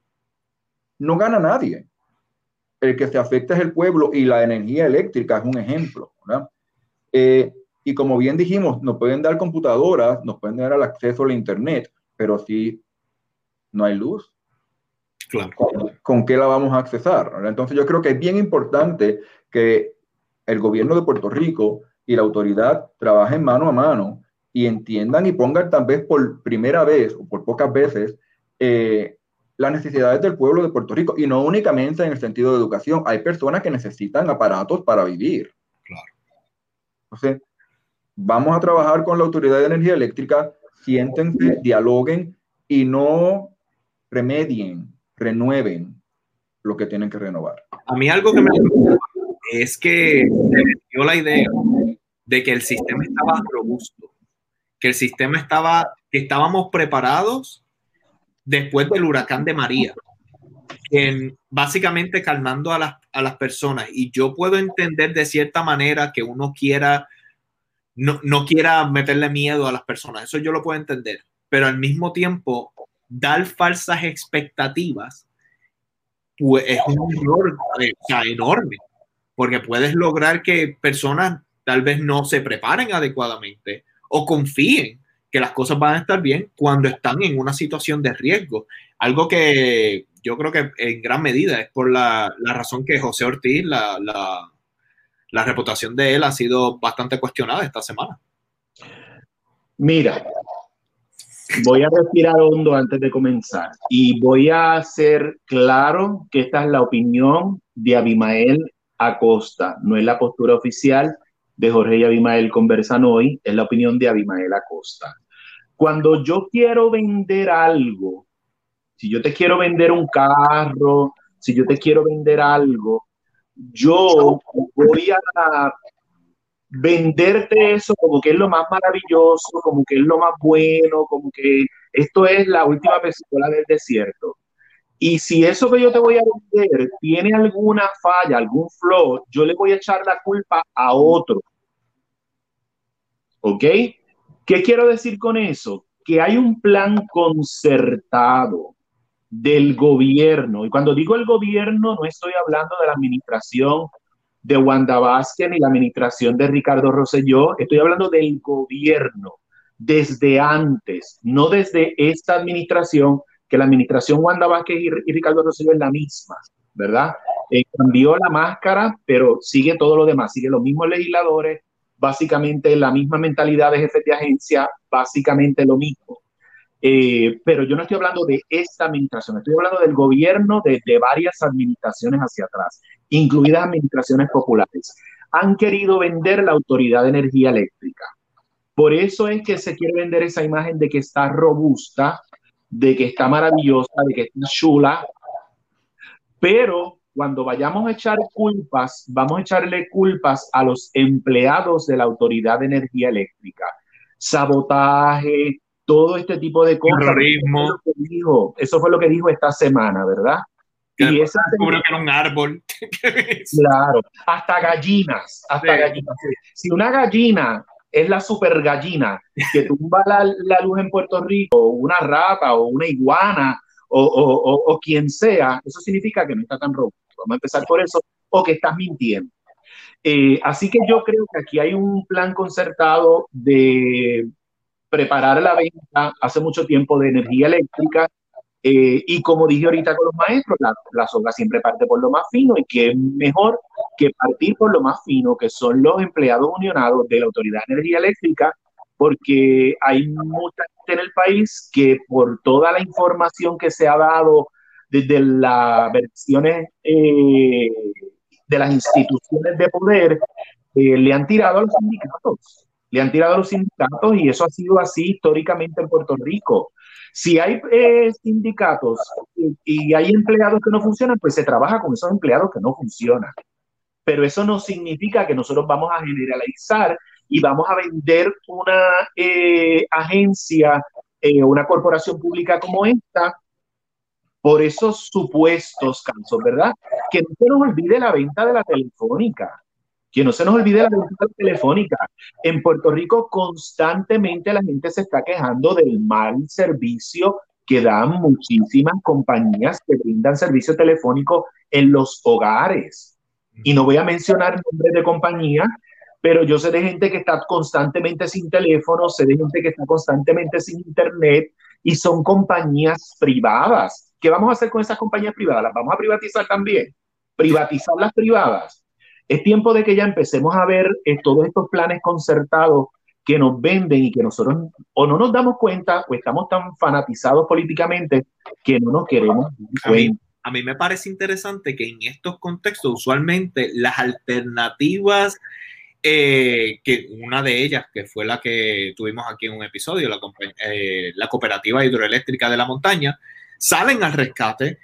[SPEAKER 3] no gana nadie. El que se afecta es el pueblo, y la energía eléctrica es un ejemplo, ¿verdad? Eh, y como bien dijimos, nos pueden dar computadoras, nos pueden dar el acceso a la internet, pero si no hay luz,
[SPEAKER 1] claro,
[SPEAKER 3] ¿con, con qué la vamos a accesar? ¿Verdad? Entonces yo creo que es bien importante que el gobierno de Puerto Rico y la autoridad trabajen mano a mano y entiendan y pongan tal vez por primera vez o por pocas veces eh, las necesidades del pueblo de Puerto Rico, y no únicamente en el sentido de educación. Hay personas que necesitan aparatos para vivir.
[SPEAKER 1] Claro.
[SPEAKER 3] Entonces, vamos a trabajar con la Autoridad de Energía Eléctrica, siéntense, dialoguen y no remedien, renueven lo que tienen que renovar.
[SPEAKER 1] A mí algo que me preocupa es que se dio la idea de que el sistema estaba robusto, que el sistema estaba, que estábamos preparados después del huracán de María, en, básicamente calmando a las, a las personas. Y yo puedo entender de cierta manera que uno quiera, no, no quiera meterle miedo a las personas, eso yo lo puedo entender, pero al mismo tiempo dar falsas expectativas pues, es un error, o sea, enorme, porque puedes lograr que personas tal vez no se preparen adecuadamente o confíen que las cosas van a estar bien cuando están en una situación de riesgo. Algo que yo creo que en gran medida es por la, la razón que José Ortiz, la, la, la reputación de él ha sido bastante cuestionada esta semana.
[SPEAKER 2] Mira, voy a respirar hondo antes de comenzar y voy a ser claro que esta es la opinión de Abimael Acosta, no es la postura oficial de Jorge y Abimael Conversan Hoy, es la opinión de Abimael Acosta. Cuando yo quiero vender algo, si yo te quiero vender un carro, si yo te quiero vender algo, yo voy a venderte eso como que es lo más maravilloso, como que es lo más bueno, como que esto es la última pistola del desierto. Y si eso que yo te voy a vender tiene alguna falla, algún flaw, yo le voy a echar la culpa a otro. ¿Ok? ¿Qué quiero decir con eso? Que hay un plan concertado del gobierno. Y cuando digo el gobierno, no estoy hablando de la administración de Wanda Vázquez ni la administración de Ricardo Rosselló, estoy hablando del gobierno desde antes, no desde esta administración, que la administración Wanda Vázquez y, y Ricardo Rosselló es la misma, ¿verdad? Eh, cambió la máscara, pero sigue todo lo demás, sigue los mismos legisladores, básicamente la misma mentalidad de jefes de agencia, básicamente lo mismo. Eh, pero yo no estoy hablando de esta administración, estoy hablando del gobierno de, de varias administraciones hacia atrás, incluidas administraciones populares. Han querido vender la Autoridad de Energía Eléctrica. Por eso es que se quiere vender esa imagen de que está robusta, de que está maravillosa, de que está chula. Pero cuando vayamos a echar culpas, vamos a echarle culpas a los empleados de la Autoridad de Energía Eléctrica. Sabotaje, todo este tipo de cosas.
[SPEAKER 1] Terrorismo.
[SPEAKER 2] Eso fue lo que dijo, eso fue lo que dijo esta semana, ¿verdad? Y esa
[SPEAKER 1] descubrió que era un árbol.
[SPEAKER 2] Claro, hasta gallinas, hasta sí. gallinas. Si una gallina es la super gallina que tumba la, la luz en Puerto Rico, o una rata, o una iguana, o, o, o, o quien sea, eso significa que no está tan robusto. Vamos a empezar por eso, o que estás mintiendo. Eh, así que yo creo que aquí hay un plan concertado de preparar la venta hace mucho tiempo de energía eléctrica. Eh, y como dije ahorita con los maestros, la, la soga siempre parte por lo más fino, y que es mejor que partir por lo más fino, que son los empleados unionados de la Autoridad de Energía Eléctrica, porque hay mucha gente en el país que por toda la información que se ha dado desde las versiones eh, de las instituciones de poder, eh, le han tirado a los sindicatos, le han tirado a los sindicatos, y eso ha sido así históricamente en Puerto Rico. Si hay eh, sindicatos y, y hay empleados que no funcionan, pues se trabaja con esos empleados que no funcionan. Pero eso no significa que nosotros vamos a generalizar y vamos a vender una eh, agencia, eh, una corporación pública como esta, por esos supuestos casos, ¿verdad? Que no se nos olvide la venta de la telefónica. Que no se nos olvide la venta telefónica. En Puerto Rico constantemente la gente se está quejando del mal servicio que dan muchísimas compañías que brindan servicio telefónico en los hogares. Y no voy a mencionar nombres de compañías, pero yo sé de gente que está constantemente sin teléfono, sé de gente que está constantemente sin internet, y son compañías privadas. ¿Qué vamos a hacer con esas compañías privadas? ¿Las vamos a privatizar también? Privatizar las privadas. Es tiempo de que ya empecemos a ver eh, todos estos planes concertados que nos venden y que nosotros o no nos damos cuenta, o estamos tan fanatizados políticamente que no nos queremos dar
[SPEAKER 1] cuenta. A mí, a mí me parece interesante que en estos contextos usualmente las alternativas, eh, que una de ellas, que fue la que tuvimos aquí en un episodio, la, eh, la Cooperativa Hidroeléctrica de la Montaña, salen al rescate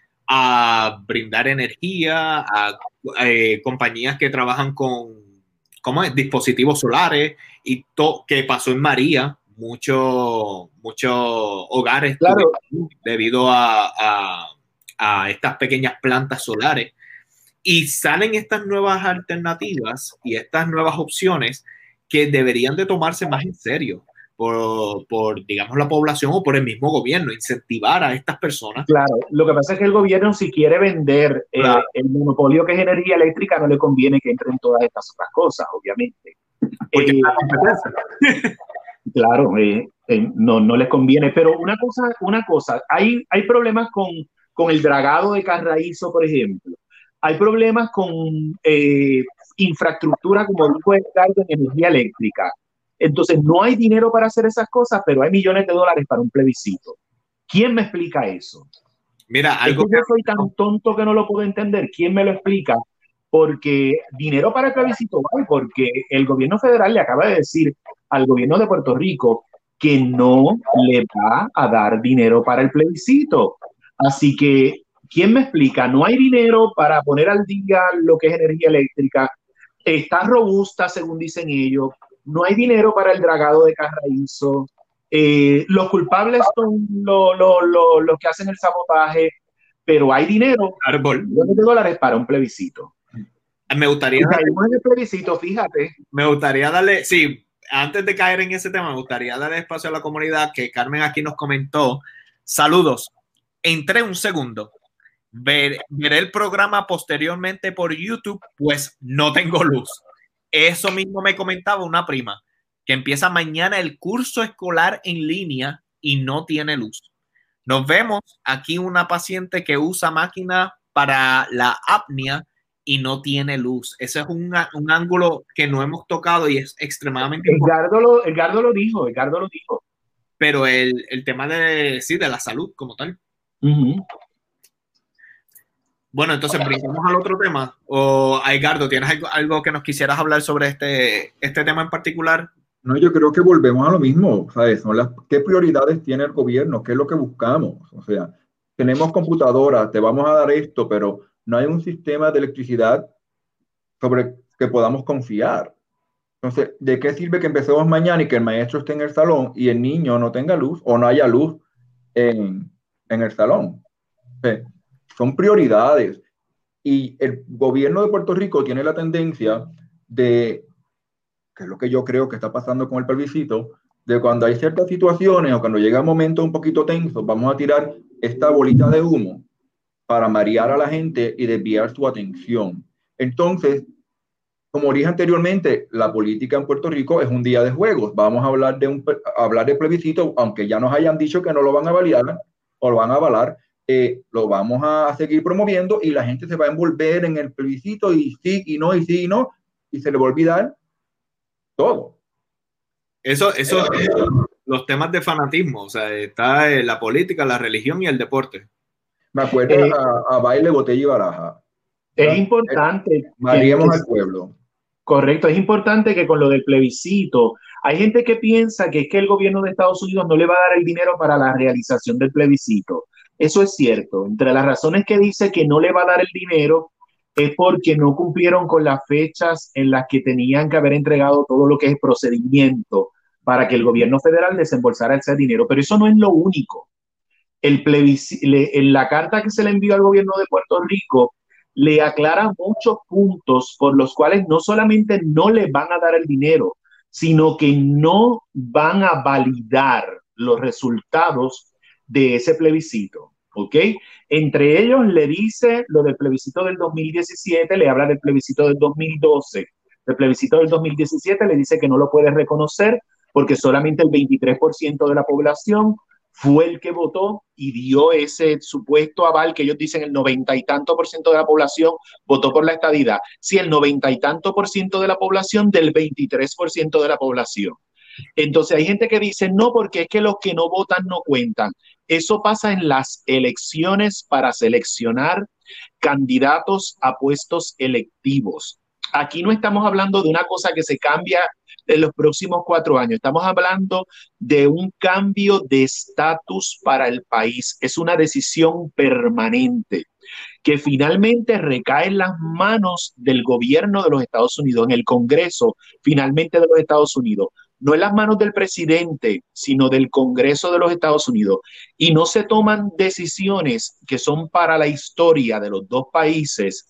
[SPEAKER 1] a brindar energía a eh, compañías que trabajan con ¿cómo es? dispositivos solares, y to, que pasó en María, muchos muchos hogares,
[SPEAKER 2] claro,
[SPEAKER 1] debido a, a, a estas pequeñas plantas solares, y salen estas nuevas alternativas y estas nuevas opciones que deberían de tomarse más en serio por, por, digamos, la población o por el mismo gobierno, incentivar a estas personas.
[SPEAKER 2] Claro, lo que pasa es que el gobierno, si quiere vender claro. eh, el monopolio que es energía eléctrica, no le conviene que entren todas estas otras cosas, obviamente.
[SPEAKER 1] Porque
[SPEAKER 2] eh, claro, eh, eh, no, no les conviene. Pero una cosa, una cosa hay, hay problemas con, con el dragado de Carraízo, por ejemplo. Hay problemas con eh, infraestructura, como dijo Edgardo, en energía eléctrica. Entonces, no hay dinero para hacer esas cosas, pero hay millones de dólares para un plebiscito. ¿Quién me explica eso?
[SPEAKER 1] Mira, algo
[SPEAKER 2] es que yo soy tan tonto que no lo puedo entender. ¿Quién me lo explica? Porque dinero para el plebiscito hay, porque el gobierno federal le acaba de decir al gobierno de Puerto Rico que no le va a dar dinero para el plebiscito. Así que, ¿quién me explica? No hay dinero para poner al día lo que es energía eléctrica. Está robusta, según dicen ellos. No hay dinero para el dragado de Carraízo. Eh, los culpables son los lo, lo, lo que hacen el sabotaje, pero hay dinero, millones de dólares para un plebiscito.
[SPEAKER 1] Me gustaría
[SPEAKER 2] darle, en el plebiscito, fíjate.
[SPEAKER 1] Me gustaría darle, sí, antes de caer en ese tema, me gustaría darle espacio a la comunidad, que Carmen aquí nos comentó. Saludos. Entré un segundo. Ver, veré el programa posteriormente por YouTube, pues no tengo luz. Eso mismo me comentaba una prima, que empieza mañana el curso escolar en línea y no tiene luz. Nos vemos aquí una paciente que usa máquina para la apnea y no tiene luz. Ese es un, un ángulo que no hemos tocado y es extremadamente
[SPEAKER 2] importante. Lo, Edgardo lo dijo, Edgardo lo dijo.
[SPEAKER 1] Pero el, el tema de, sí, de la salud como tal.
[SPEAKER 2] Uh-huh.
[SPEAKER 1] Bueno, entonces brincamos al otro tema. O Edgardo, ¿tienes algo, algo que nos quisieras hablar sobre este, este tema en particular?
[SPEAKER 3] No, yo creo que volvemos a lo mismo, ¿sabes? Son las, ¿qué prioridades tiene el gobierno? ¿Qué es lo que buscamos? O sea, tenemos computadoras, te vamos a dar esto, pero no hay un sistema de electricidad sobre que podamos confiar. Entonces, ¿de qué sirve que empecemos mañana y que el maestro esté en el salón y el niño no tenga luz o no haya luz en, en el salón? O sea, son prioridades. Y el gobierno de Puerto Rico tiene la tendencia de, que es lo que yo creo que está pasando con el plebiscito, de cuando hay ciertas situaciones o cuando llega momentos un poquito tensos, vamos a tirar esta bolita de humo para marear a la gente y desviar su atención. Entonces, como dije anteriormente, la política en Puerto Rico es un día de juegos. Vamos a hablar de un hablar de plebiscito, aunque ya nos hayan dicho que no lo van a validar o lo van a avalar, eh, lo vamos a seguir promoviendo y la gente se va a envolver en el plebiscito y sí y no y sí y no y se le va a olvidar todo.
[SPEAKER 1] Eso, eso, los temas de fanatismo, o sea, está la política, la religión y el deporte.
[SPEAKER 3] Me acuerdo eh, a, a baile, botella y baraja.
[SPEAKER 2] Es importante.
[SPEAKER 3] Maríamos al pueblo.
[SPEAKER 2] Correcto, es importante que con lo del plebiscito, hay gente que piensa que es que el gobierno de Estados Unidos no le va a dar el dinero para la realización del plebiscito. Eso es cierto. Entre las razones que dice que no le va a dar el dinero es porque no cumplieron con las fechas en las que tenían que haber entregado todo lo que es procedimiento para que el gobierno federal desembolsara ese dinero. Pero eso no es lo único. El plebiscito, en la carta que se le envió al gobierno de Puerto Rico, le aclara muchos puntos por los cuales no solamente no le van a dar el dinero, sino que no van a validar los resultados de ese plebiscito, ¿ok? Entre ellos le dice lo del plebiscito del dos mil diecisiete, le habla del plebiscito del dos mil doce. El plebiscito del dos mil diecisiete le dice que no lo puede reconocer porque solamente el veintitrés por ciento de la población fue el que votó y dio ese supuesto aval que ellos dicen el noventa y tanto por ciento de la población votó por la estadidad. Si el noventa y tanto por ciento de la población del veintitrés por ciento de la población. Entonces hay gente que dice no, porque es que los que no votan no cuentan. Eso pasa en las elecciones para seleccionar candidatos a puestos electivos. Aquí no estamos hablando de una cosa que se cambia en los próximos cuatro años. Estamos hablando de un cambio de estatus para el país. Es una decisión permanente que finalmente recae en las manos del gobierno de los Estados Unidos, en el Congreso finalmente de los Estados Unidos. No en las manos del presidente, sino del Congreso de los Estados Unidos. Y no se toman decisiones que son para la historia de los dos países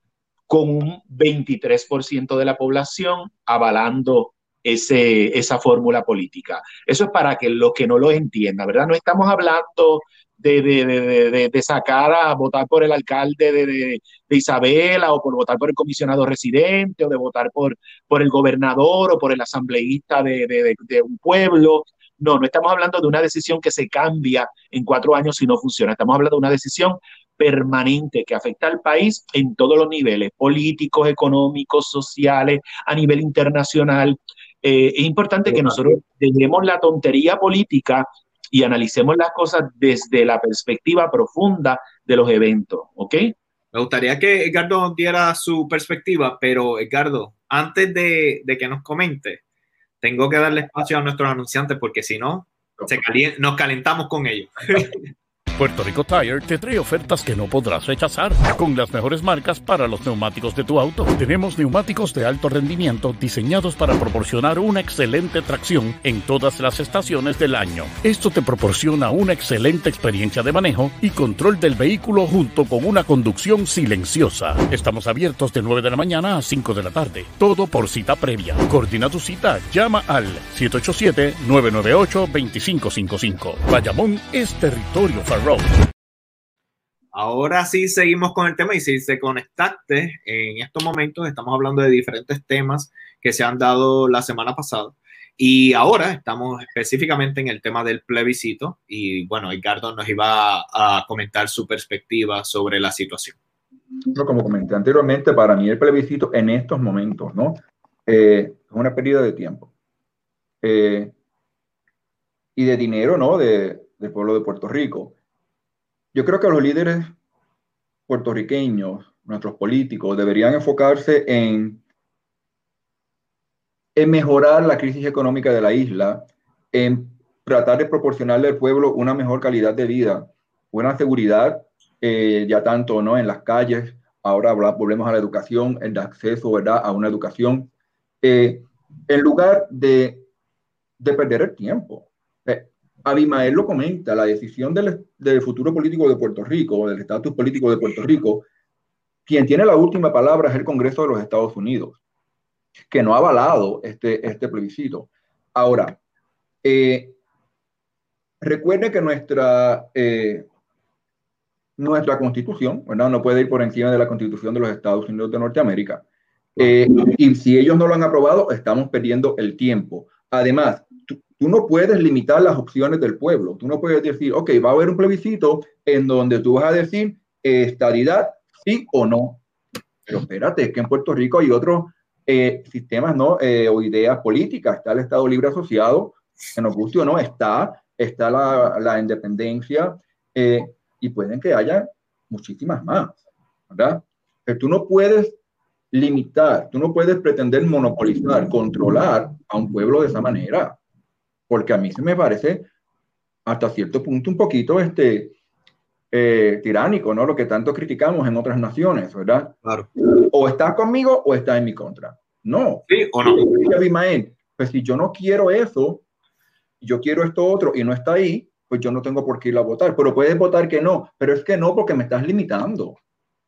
[SPEAKER 2] con un veintitrés por ciento de la población avalando ese, esa fórmula política. Eso es para que los que no lo entiendan, ¿verdad? No estamos hablando de, de, de, de, de sacar a votar por el alcalde de, de, de Isabela o por votar por el comisionado residente o de votar por, por el gobernador o por el asambleísta de, de, de, de un pueblo. No, no estamos hablando de una decisión que se cambia en cuatro años si no funciona. Estamos hablando de una decisión permanente que afecta al país en todos los niveles, políticos, económicos, sociales, a nivel internacional. Eh, es importante que nosotros dejemos la tontería política y analicemos las cosas desde la perspectiva profunda de los eventos, ¿ok?
[SPEAKER 1] Me gustaría que Edgardo nos diera su perspectiva, pero Edgardo, antes de, de que nos comente, tengo que darle espacio a nuestros anunciantes porque si no, se calien- nos calentamos con ellos.
[SPEAKER 4] Puerto Rico Tire te trae ofertas que no podrás rechazar, con las mejores marcas para los neumáticos de tu auto. Tenemos neumáticos de alto rendimiento diseñados para proporcionar una excelente tracción en todas las estaciones del año. Esto te proporciona una excelente experiencia de manejo y control del vehículo junto con una conducción silenciosa. Estamos abiertos de nueve de la mañana a cinco de la tarde, todo por cita previa. Coordina tu cita, llama al siete ocho siete, nueve nueve ocho, dos cinco cinco cinco. Bayamón es territorio Farrow.
[SPEAKER 1] Ahora sí seguimos con el tema y si se conectaste en estos momentos estamos hablando de diferentes temas que se han dado la semana pasada y ahora estamos específicamente en el tema del plebiscito y bueno, Edgardo nos iba a, a comentar su perspectiva sobre la situación.
[SPEAKER 3] No, como comenté anteriormente, para mí el plebiscito en estos momentos, ¿no? Eh, es una pérdida de tiempo eh, y de dinero, ¿no? De, del pueblo de Puerto Rico. Yo creo que los líderes puertorriqueños, nuestros políticos, deberían enfocarse en, en mejorar la crisis económica de la isla, en tratar de proporcionarle al pueblo una mejor calidad de vida, buena seguridad, eh, ya tanto, ¿no? En las calles, ahora volvemos a la educación, el acceso, ¿verdad? A una educación, eh, en lugar de, de perder el tiempo. Eh, Abimael lo comenta, la decisión del, del futuro político de Puerto Rico, del estatus político de Puerto Rico, quien tiene la última palabra es el Congreso de los Estados Unidos, que no ha avalado este, este plebiscito. Ahora, eh, recuerde que nuestra, eh, nuestra Constitución, ¿verdad?, no puede ir por encima de la Constitución de los Estados Unidos de Norteamérica. Eh, y si ellos no lo han aprobado, estamos perdiendo el tiempo. Además, tú, tú no puedes limitar las opciones del pueblo. Tú no puedes decir, ok, va a haber un plebiscito en donde tú vas a decir eh, estadidad, sí o no. Pero espérate, es que en Puerto Rico hay otros eh, sistemas, ¿no? Eh, o ideas políticas. Está el Estado Libre Asociado, que nos guste o no, está, está la, la independencia, eh, y pueden que haya muchísimas más, ¿verdad? Pero tú no puedes limitar, tú no puedes pretender monopolizar, controlar a un pueblo de esa manera, porque a mí se me parece hasta cierto punto un poquito este, eh, tiránico, ¿no? Lo que tanto criticamos en otras naciones, ¿verdad?
[SPEAKER 1] Claro.
[SPEAKER 3] O estás conmigo o estás en mi contra. No.
[SPEAKER 1] ¿Sí o no?
[SPEAKER 3] Pues si yo no quiero eso, yo quiero esto otro y no está ahí, pues yo no tengo por qué ir a votar. Pero puedes votar que no, pero es que no porque me estás limitando.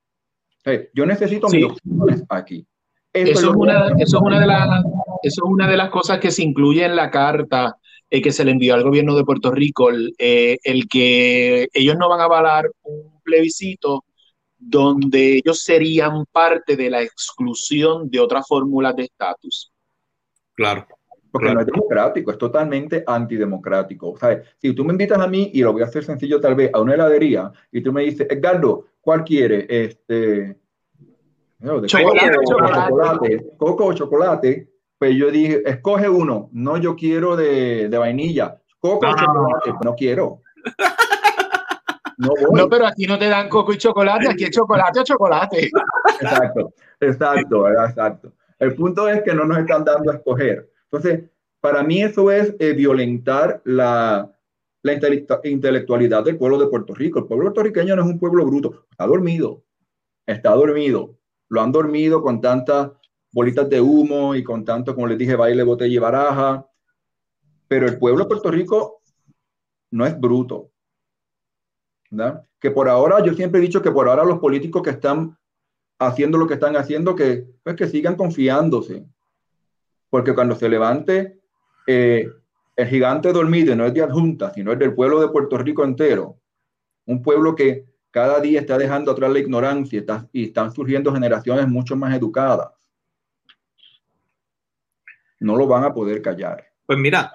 [SPEAKER 3] Hey, yo necesito
[SPEAKER 2] sí.
[SPEAKER 3] mis opciones aquí.
[SPEAKER 2] Eso es, una, eso, es una de las, eso es una de las cosas que se incluye en la carta eh, que se le envió al gobierno de Puerto Rico, el, eh, el que ellos no van a avalar un plebiscito donde ellos serían parte de la exclusión de otras fórmulas de estatus.
[SPEAKER 1] Claro.
[SPEAKER 3] Porque
[SPEAKER 1] claro.
[SPEAKER 3] no es democrático, es totalmente antidemocrático. O sea, si tú me invitas a mí, y lo voy a hacer sencillo tal vez, a una heladería, y tú me dices, Edgardo, ¿cuál quiere? Este, no, de
[SPEAKER 2] chocolate,
[SPEAKER 3] coco,
[SPEAKER 2] chocolate.
[SPEAKER 3] chocolate, coco o chocolate. Pues yo dije, escoge uno. No, yo quiero de, de vainilla. Coco o
[SPEAKER 1] No.
[SPEAKER 3] chocolate. No quiero. No, voy.
[SPEAKER 2] No, pero aquí no te dan coco y chocolate, aquí es chocolate o chocolate.
[SPEAKER 3] Exacto, exacto, exacto. El punto es que no nos están dando a escoger. Entonces, para mí eso es eh, violentar la, la intelectualidad del pueblo de Puerto Rico. El pueblo puertorriqueño no es un pueblo bruto, está dormido, está dormido. Lo han dormido con tantas bolitas de humo y con tanto, como les dije, baile, botella y baraja. Pero el pueblo de Puerto Rico no es bruto, ¿verdad? Que por ahora, yo siempre he dicho que por ahora los políticos que están haciendo lo que están haciendo, que, pues que sigan confiándose. Porque cuando se levante eh, el gigante dormido, no es de adjunta, sino es del pueblo de Puerto Rico entero, un pueblo que cada día está dejando atrás la ignorancia está, y están surgiendo generaciones mucho más educadas, no lo van a poder callar.
[SPEAKER 1] Pues mira,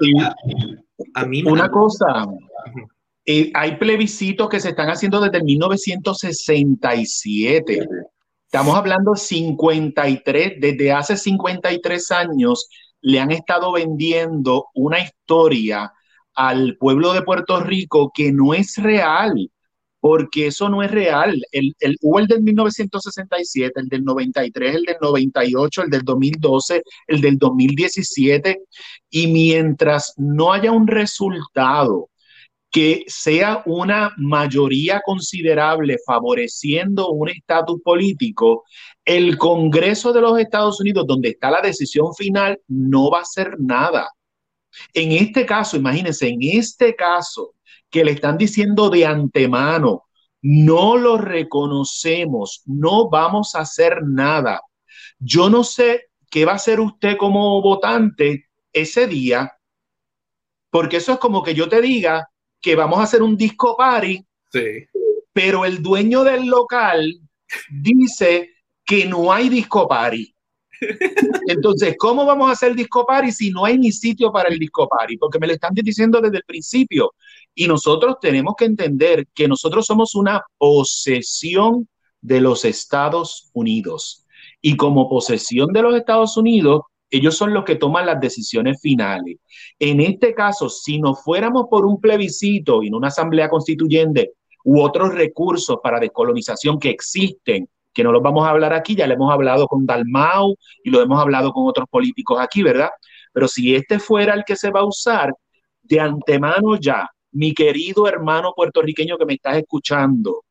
[SPEAKER 1] a mí me
[SPEAKER 2] una
[SPEAKER 1] da...
[SPEAKER 2] cosa, eh, hay plebiscitos que se están haciendo desde mil novecientos sesenta y siete. Estamos hablando cincuenta y tres, desde hace cincuenta y tres años le han estado vendiendo una historia al pueblo de Puerto Rico que no es real, porque eso no es real. El, el, hubo el del mil novecientos sesenta y siete, el del noventa y tres, el del noventa y ocho, el del dos mil doce, el del dos mil diecisiete, y mientras no haya un resultado que sea una mayoría considerable favoreciendo un estatus político, el Congreso de los Estados Unidos, donde está la decisión final, no va a hacer nada. En este caso, imagínense, en este caso, que le están diciendo de antemano, no lo reconocemos, no vamos a hacer nada. Yo no sé qué va a hacer usted como votante ese día, porque eso es como que yo te diga que vamos a hacer un disco party,
[SPEAKER 1] sí.
[SPEAKER 2] pero el dueño del local dice que no hay disco party. Entonces, ¿cómo vamos a hacer disco party si no hay ni sitio para el disco party? Porque me lo están diciendo desde el principio. Y nosotros tenemos que entender que nosotros somos una posesión de los Estados Unidos. Y como posesión de los Estados Unidos, ellos son los que toman las decisiones finales. En este caso, si no fuéramos por un plebiscito y en una asamblea constituyente u otros recursos para descolonización que existen, que no los vamos a hablar aquí, ya le hemos hablado con Dalmau y lo hemos hablado con otros políticos aquí, ¿verdad? Pero si este fuera el que se va a usar, de antemano ya, mi querido hermano puertorriqueño que me estás escuchando,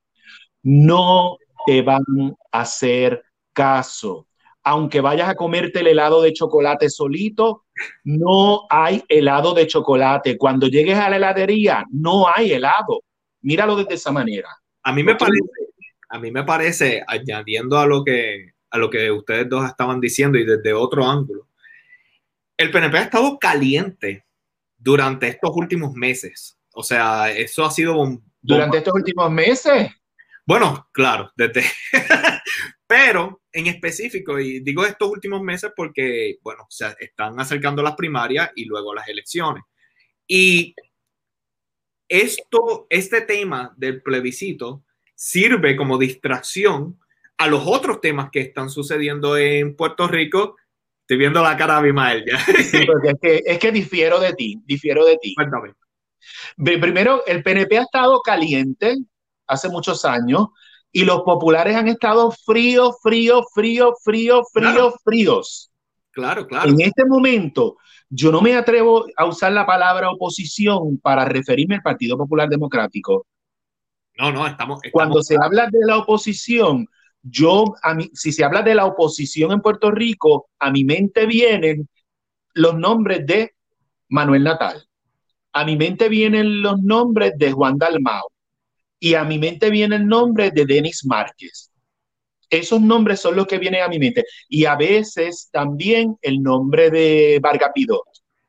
[SPEAKER 2] no te van a hacer caso. Aunque vayas a comerte el helado de chocolate solito, No hay helado de chocolate. Cuando llegues a la heladería, no hay helado. Míralo de esa manera.
[SPEAKER 1] A mí me parece, a mí me parece, añadiendo a lo que, a lo que ustedes dos estaban diciendo y desde otro ángulo, el P N P ha estado caliente durante estos últimos meses. O sea, eso ha sido un...
[SPEAKER 2] Durante estos últimos meses.
[SPEAKER 1] Bueno, claro, desde... Pero en específico, y digo estos últimos meses porque, bueno, se están acercando las primarias y luego las elecciones. Y esto, este tema del plebiscito sirve como distracción a los otros temas que están sucediendo en Puerto Rico. Estoy viendo la cara de Abimael ya.
[SPEAKER 2] Sí, porque es que, es que difiero de ti, difiero de ti.
[SPEAKER 1] Cuéntame.
[SPEAKER 2] Primero, el P N P ha estado caliente hace muchos años y los populares han estado fríos, fríos, fríos, fríos, fríos,
[SPEAKER 1] Claro.
[SPEAKER 2] fríos.
[SPEAKER 1] Claro, claro.
[SPEAKER 2] En este momento, yo no me atrevo a usar la palabra oposición para referirme al Partido Popular Democrático.
[SPEAKER 1] No, no, estamos... estamos
[SPEAKER 2] Cuando se habla de la oposición, yo, a mí, si se habla de la oposición en Puerto Rico, a mi mente vienen los nombres de Manuel Natal. A mi mente vienen los nombres de Juan Dalmau y a mi mente viene el nombre de Denis Márquez. Esos nombres son los que vienen a mi mente. Y a veces también el nombre de Vargas Vidot.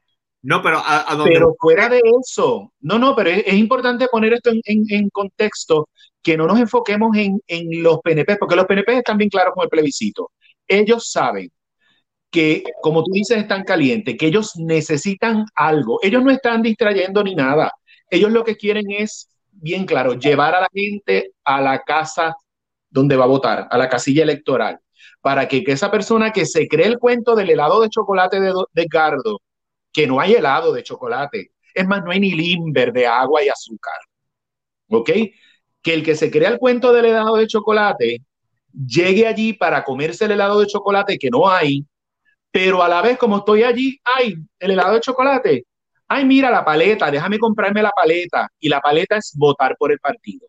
[SPEAKER 1] No, pero a, a donde...
[SPEAKER 2] Pero fuera de eso, no, no, pero es, es importante poner esto en, en, en contexto, que no nos enfoquemos en, en los P N P, porque los P N P están bien claros con el plebiscito. Ellos saben que, como tú dices, están calientes, que ellos necesitan algo. Ellos no están distrayendo ni nada. Ellos lo que quieren es, bien claro, llevar a la gente a la casa donde va a votar, a la casilla electoral, para que, que esa persona que se cree el cuento del helado de chocolate de, de Edgardo, que no hay helado de chocolate, es más, no hay ni limber de agua y azúcar, ¿ok? Que el que se crea el cuento del helado de chocolate llegue allí para comerse el helado de chocolate que no hay, pero a la vez, como estoy allí, ¡ay! El helado de chocolate. ¡Ay, mira la paleta! Déjame comprarme la paleta. Y la paleta es votar por el partido.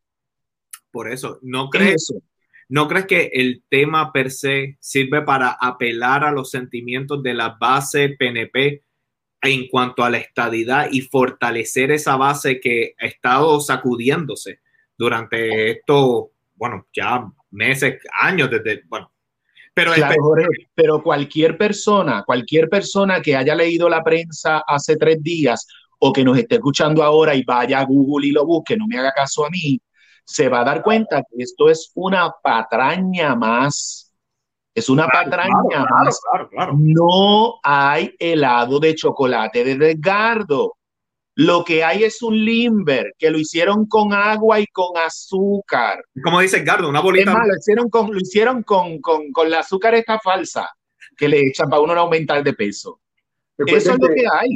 [SPEAKER 1] Por eso, ¿no crees,
[SPEAKER 2] Eso.
[SPEAKER 1] ¿no crees que el tema per se sirve para apelar a los sentimientos de la base P N P en cuanto a la estadidad y fortalecer esa base que ha estado sacudiéndose durante estos, bueno, ya meses, años desde, bueno, pero,
[SPEAKER 2] claro, Jorge, pero cualquier persona, cualquier persona que haya leído la prensa hace tres días o que nos esté escuchando ahora y vaya a Google y lo busque, no me haga caso a mí, se va a dar cuenta que esto es una patraña más. Es una
[SPEAKER 1] claro,
[SPEAKER 2] patraña
[SPEAKER 1] claro,
[SPEAKER 2] más.
[SPEAKER 1] Claro, claro, claro.
[SPEAKER 2] No hay helado de chocolate de Edgardo. Lo que hay es un limber que lo hicieron con agua y con azúcar.
[SPEAKER 1] Como dice Edgardo, una bolita.
[SPEAKER 2] Es más, lo hicieron con, lo hicieron con, con, con la azúcar esta falsa que le echan para uno no aumentar de peso.
[SPEAKER 3] Recuerden
[SPEAKER 2] Eso es lo que hay.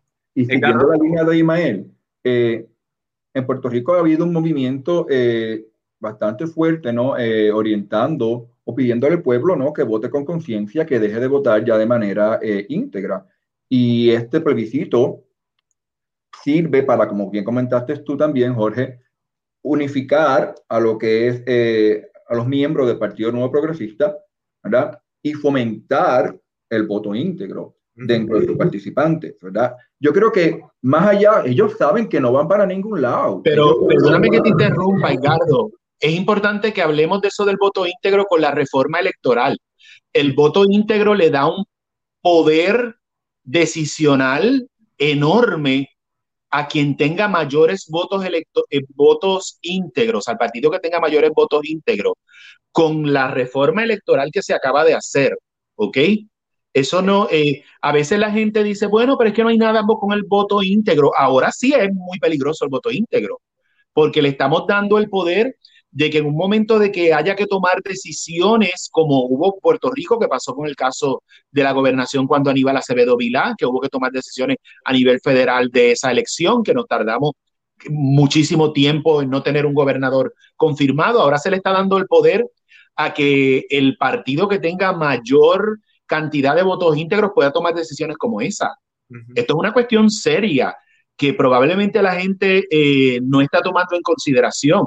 [SPEAKER 3] Y siguiendo la línea de Imael, eh, en Puerto Rico ha habido un movimiento eh, bastante fuerte, ¿no? Eh, orientando o pidiéndole al pueblo, ¿no? Que vote con conciencia, que deje de votar ya de manera eh, íntegra. Y este plebiscito sirve para, como bien comentaste tú también, Jorge, unificar a lo que es eh, a los miembros del Partido Nuevo Progresista, ¿verdad? Y fomentar el voto íntegro dentro de sus participantes, ¿verdad? Yo creo que más allá, ellos saben que no van para ningún lado.
[SPEAKER 2] Pero
[SPEAKER 3] ellos
[SPEAKER 2] perdóname
[SPEAKER 3] no
[SPEAKER 2] que te interrumpa, Edgardo. Es importante que hablemos de eso del voto íntegro con la reforma electoral. El voto íntegro le da un poder decisional enorme a quien tenga mayores votos, electo eh, votos íntegros, al partido que tenga mayores votos íntegros, con la reforma electoral que se acaba de hacer, ¿ok? Eso no, eh, a veces la gente dice, bueno, pero es que no hay nada con el voto íntegro. Ahora sí es muy peligroso el voto íntegro, porque le estamos dando el poder de que en un momento de que haya que tomar decisiones, como hubo en Puerto Rico, que pasó con el caso de la gobernación cuando Aníbal Acevedo Vilá, que hubo que tomar decisiones a nivel federal de esa elección, que nos tardamos muchísimo tiempo en no tener un gobernador confirmado. Ahora se le está dando el poder a que el partido que tenga mayor cantidad de votos íntegros pueda tomar decisiones como esa. Uh-huh. Esto es una cuestión seria que probablemente la gente eh, no está tomando en consideración.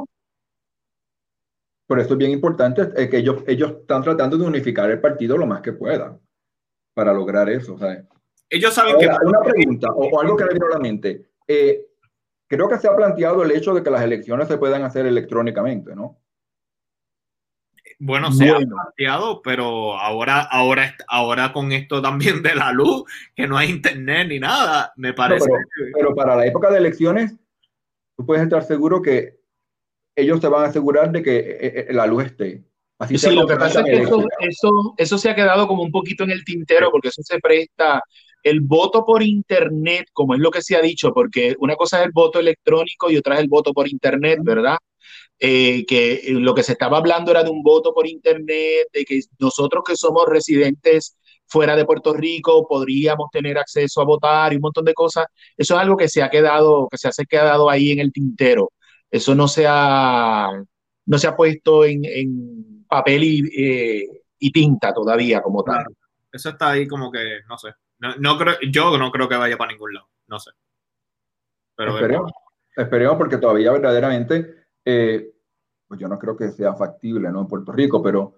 [SPEAKER 3] Por eso es bien importante eh, que ellos, ellos están tratando de unificar el partido lo más que puedan para lograr eso, ¿sabes?
[SPEAKER 1] ellos saben
[SPEAKER 3] Ahora,
[SPEAKER 1] que...
[SPEAKER 3] una pregunta o, o algo que me vino a la mente. Eh, creo que se ha planteado el hecho de que las elecciones se puedan hacer electrónicamente, ¿no?
[SPEAKER 1] Bueno, se
[SPEAKER 2] Bueno.
[SPEAKER 1] ha planteado, pero ahora, ahora, ahora con esto también de la luz, que no hay internet ni nada, me parece.
[SPEAKER 3] No, pero, pero para la época de elecciones, tú puedes estar seguro que ellos te van a asegurar de que eh, eh, la luz esté. Así sea
[SPEAKER 2] Sí, lo
[SPEAKER 3] con
[SPEAKER 2] que pasa es que eso, eso, eso se ha quedado como un poquito en el tintero, porque eso se presta, el voto por internet, como es lo que se ha dicho, porque una cosa es el voto electrónico y otra es el voto por internet, ¿verdad? Eh, que lo que se estaba hablando era de un voto por internet, de que nosotros que somos residentes fuera de Puerto Rico podríamos tener acceso a votar y un montón de cosas. Eso es algo que se ha quedado, que se ha quedado ahí en el tintero. Eso no se ha, no se ha puesto en, en papel y, eh, y tinta todavía como tal.
[SPEAKER 1] Claro. Eso está ahí como que, no sé. No, no creo, yo no creo que vaya para ningún lado. No sé. Pero
[SPEAKER 3] esperemos, esperemos porque todavía verdaderamente, eh, pues yo no creo que sea factible, ¿no? En Puerto Rico, pero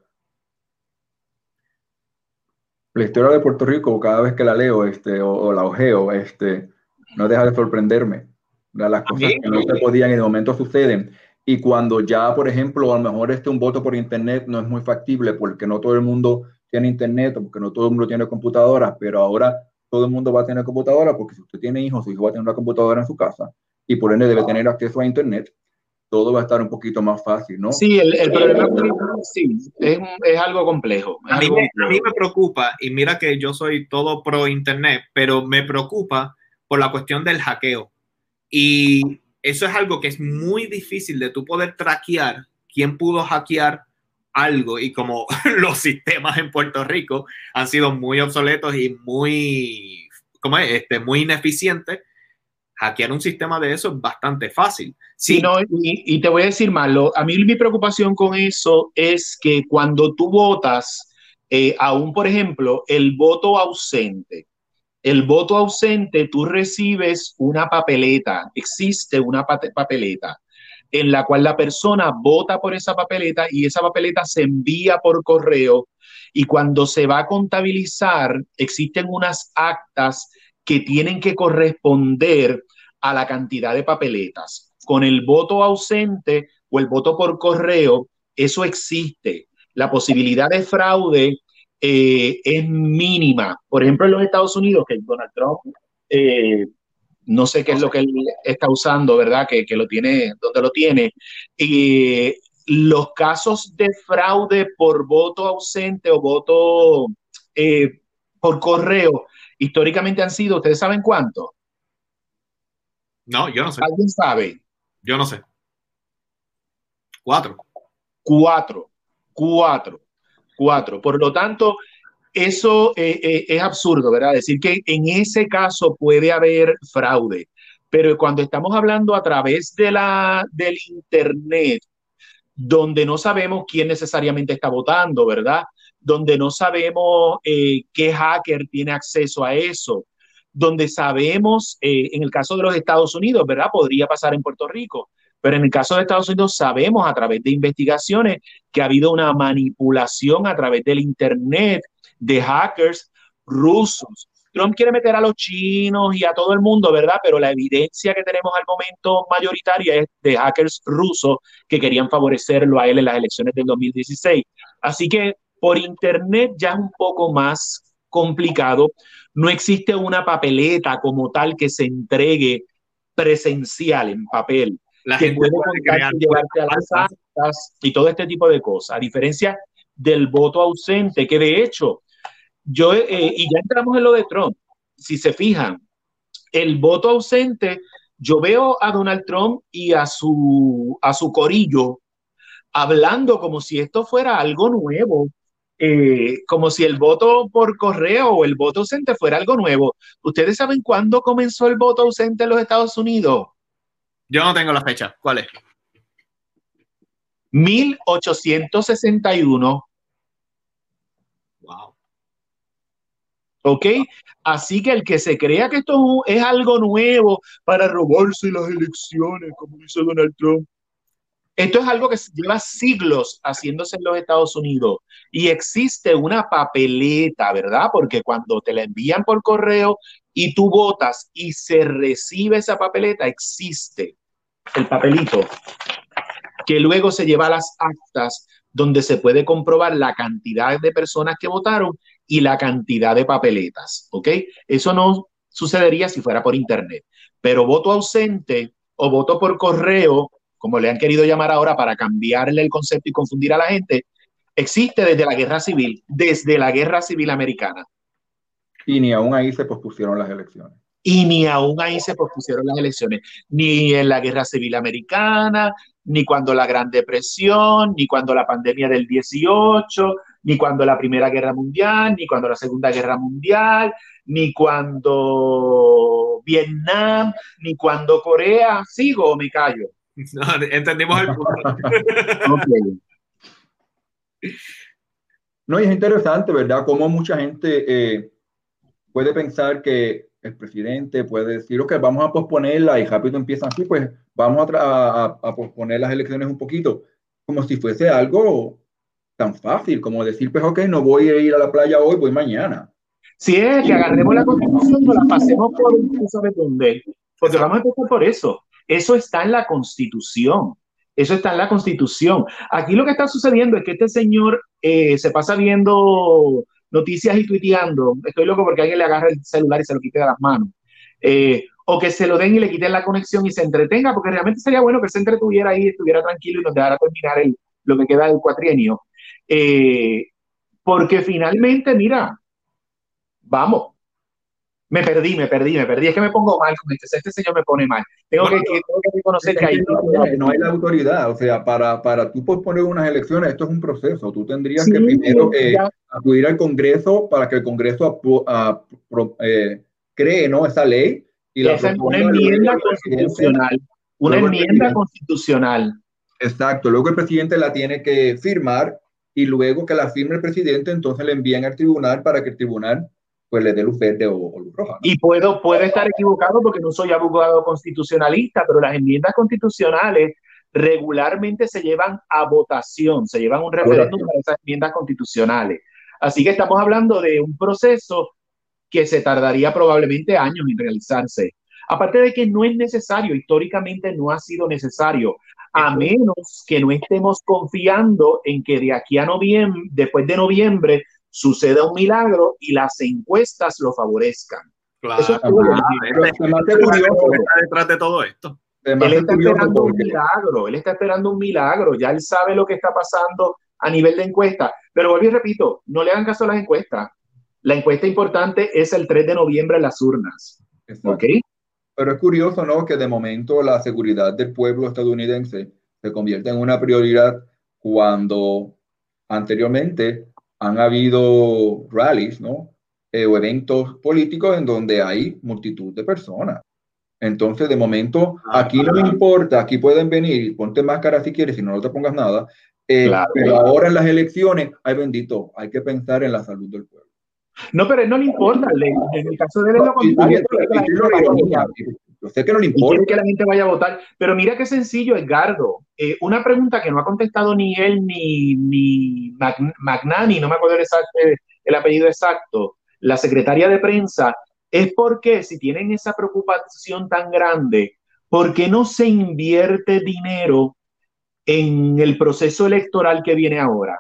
[SPEAKER 3] la historia de Puerto Rico, cada vez que la leo este, o, o la ojeo, este, no deja de sorprenderme. ¿Verdad? Las cosas que no se podían y de momento suceden. Y cuando ya, por ejemplo, a lo mejor este un voto por internet no es muy factible porque no todo el mundo tiene internet o porque no todo el mundo tiene computadoras, pero ahora todo el mundo va a tener computadora porque si usted tiene hijos, su hijo va a tener una computadora en su casa y por ende debe tener acceso a internet, todo va a estar un poquito más fácil, ¿no?
[SPEAKER 2] Sí, el, el problema es, sí, es, es algo complejo. Es
[SPEAKER 1] a, mí
[SPEAKER 2] algo
[SPEAKER 1] me,
[SPEAKER 2] complejo.
[SPEAKER 1] a mí me preocupa, y mira que yo soy todo pro internet, pero me preocupa por la cuestión del hackeo. Y eso es algo que es muy difícil de tú poder traquear quién pudo hackear algo. Y como los sistemas en Puerto Rico han sido muy obsoletos y muy, ¿cómo es? Este, muy ineficientes, hackear un sistema de eso es bastante fácil.
[SPEAKER 2] Sí,
[SPEAKER 1] Sí,
[SPEAKER 2] no, y, y te voy a decir más, lo- a mí mi preocupación con eso es que cuando tú votas, eh, aún por ejemplo, el voto ausente, el voto ausente, tú recibes una papeleta, existe una pa- papeleta en la cual la persona vota por esa papeleta y esa papeleta se envía por correo y cuando se va a contabilizar, existen unas actas que tienen que corresponder a la cantidad de papeletas. Con el voto ausente o el voto por correo, eso existe. La posibilidad de fraude eh, es mínima. Por ejemplo, en los Estados Unidos, que Donald Trump, eh, no sé qué es lo que él está usando, ¿verdad? Que, que lo tiene, donde lo tiene. Y los casos de fraude por voto ausente o voto eh, por correo, históricamente han sido, ¿ustedes saben cuánto?
[SPEAKER 1] no, yo no sé.
[SPEAKER 2] ¿Alguien sabe?
[SPEAKER 1] Yo no sé. Cuatro.
[SPEAKER 2] Cuatro, cuatro, cuatro. Por lo tanto, eso eh, eh, es absurdo, ¿verdad? Decir que en ese caso puede haber fraude, pero cuando estamos hablando a través de la, del Internet, donde no sabemos quién necesariamente está votando, ¿verdad? Donde no sabemos eh, qué hacker tiene acceso a eso, donde sabemos, eh, en el caso de los Estados Unidos, ¿verdad? Podría pasar en Puerto Rico, pero en el caso de Estados Unidos sabemos a través de investigaciones que ha habido una manipulación a través del Internet de hackers rusos. Trump quiere meter a los chinos y a todo el mundo, ¿verdad? Pero la evidencia que tenemos al momento mayoritaria es de hackers rusos que querían favorecerlo a él en las elecciones del dos mil dieciséis. Así que por internet ya es un poco más complicado. No existe una papeleta como tal que se entregue presencial en papel,
[SPEAKER 1] La
[SPEAKER 2] que
[SPEAKER 1] gente
[SPEAKER 2] puede
[SPEAKER 1] puede crear
[SPEAKER 2] contarte, llevarte a las actas y todo este tipo de cosas. A diferencia del voto ausente, que de hecho, yo, eh, y ya entramos en lo de Trump, si se fijan, el voto ausente, yo veo a Donald Trump y a su, a su corillo hablando como si esto fuera algo nuevo, eh, como si el voto por correo o el voto ausente fuera algo nuevo. ¿Ustedes saben cuándo comenzó el voto ausente en los Estados Unidos?
[SPEAKER 1] Yo no tengo la fecha. ¿Cuál es?
[SPEAKER 2] mil ochocientos sesenta y uno.
[SPEAKER 1] Wow.
[SPEAKER 2] ¿Ok? Así que el que se crea que esto es algo nuevo para robarse las elecciones, como dice Donald Trump, Esto es algo que lleva siglos haciéndose en los Estados Unidos y existe una papeleta, ¿verdad? Porque cuando te la envían por correo y tú votas y se recibe esa papeleta, existe el papelito que luego se lleva a las actas donde se puede comprobar la cantidad de personas que votaron y la cantidad de papeletas, ¿ok? Eso no sucedería si fuera por internet, pero voto ausente o voto por correo, como le han querido llamar ahora para cambiarle el concepto y confundir a la gente, existe desde la Guerra Civil, desde la Guerra Civil Americana.
[SPEAKER 3] Y ni aún ahí se pospusieron las elecciones.
[SPEAKER 2] Y ni aún ahí se pospusieron las elecciones, ni en la Guerra Civil Americana, ni cuando la Gran Depresión, ni cuando la pandemia del dieciocho, ni cuando la Primera Guerra Mundial, ni cuando la Segunda Guerra Mundial, ni cuando Vietnam, ni cuando Corea. ¿Sigo o me callo?
[SPEAKER 1] No, entendimos el punto.
[SPEAKER 2] Okay.
[SPEAKER 3] No, y es interesante, ¿verdad? Cómo mucha gente eh, puede pensar que el presidente puede decir, ok, vamos a posponerla y rápido empiezan así, pues vamos a, a, a posponer las elecciones un poquito, como si fuese algo tan fácil, como decir, pues ok, no voy a ir a la playa hoy, voy mañana.
[SPEAKER 2] Si es que agarremos la Constitución y la pasemos por, ¿tú sabes dónde? Porque vamos a empezar por eso. Eso está en la Constitución. Eso está en la Constitución. Aquí lo que está sucediendo es que este señor eh, se pasa viendo noticias y tuiteando. Estoy loco porque alguien le agarra el celular y se lo quite de las manos. Eh, o que se lo den y le quiten la conexión y se entretenga, porque realmente sería bueno que se entretuviera ahí, estuviera tranquilo y nos dejara terminar el, lo que queda del cuatrienio. Eh, porque finalmente, mira, vamos. Me perdí, me perdí, me perdí. Es que me pongo mal con este. Este señor me pone mal. Tengo, bueno, que, tengo que reconocer que hay...
[SPEAKER 3] No, no hay la autoridad. O sea, para, para tú posponer unas elecciones, esto es un proceso. Tú tendrías sí, que primero eh, acudir al Congreso para que el Congreso apro, a, pro, eh, cree, ¿no?, esa ley. Y la
[SPEAKER 2] esa es una enmienda constitucional. Una enmienda constitucional.
[SPEAKER 3] Exacto. Luego el presidente la tiene que firmar y luego que la firme el presidente, entonces le envían al tribunal para que el tribunal pues le dé luz verde o, o luz roja, ¿no?
[SPEAKER 2] Y puedo, puedo estar equivocado porque no soy abogado constitucionalista, pero las enmiendas constitucionales regularmente se llevan a votación, se llevan un referéndum para esas enmiendas constitucionales. Así que estamos hablando de un proceso que se tardaría probablemente años en realizarse. Aparte de que no es necesario, históricamente no ha sido necesario, a menos que no estemos confiando en que de aquí a noviembre, después de noviembre, suceda un milagro y las encuestas lo favorezcan.
[SPEAKER 1] Claro. Eso es
[SPEAKER 3] todo ah, lo este, este curioso.
[SPEAKER 1] Está detrás de todo esto.
[SPEAKER 2] Él está esperando un milagro, él está esperando un milagro, ya él sabe lo que está pasando a nivel de encuesta, pero vuelvo y repito, no le hagan caso a las encuestas. La encuesta importante es el tres de noviembre en las urnas. ¿Okay?
[SPEAKER 3] Pero es curioso, ¿no?, que de momento la seguridad del pueblo estadounidense se convierte en una prioridad cuando anteriormente han habido rallies, ¿no?, eh, o eventos políticos en donde hay multitud de personas. Entonces, de momento, aquí no me importa, aquí pueden venir, ponte máscara si quieres, si no, no te pongas nada. Eh, claro, pero claro. Ahora en las elecciones, ay bendito, hay que pensar en la salud del pueblo.
[SPEAKER 2] No, pero a él no le importa. Le, en el caso de él es lo contrario.
[SPEAKER 3] Yo sé que no le importa.
[SPEAKER 2] Quiere que la gente vaya a votar. Pero mira qué sencillo, Edgardo. Eh, una pregunta que no ha contestado ni él ni, ni Magnani, no me acuerdo el, exacto, el apellido exacto, la secretaria de prensa, es porque si tienen esa preocupación tan grande, ¿por qué no se invierte dinero en el proceso electoral que viene ahora?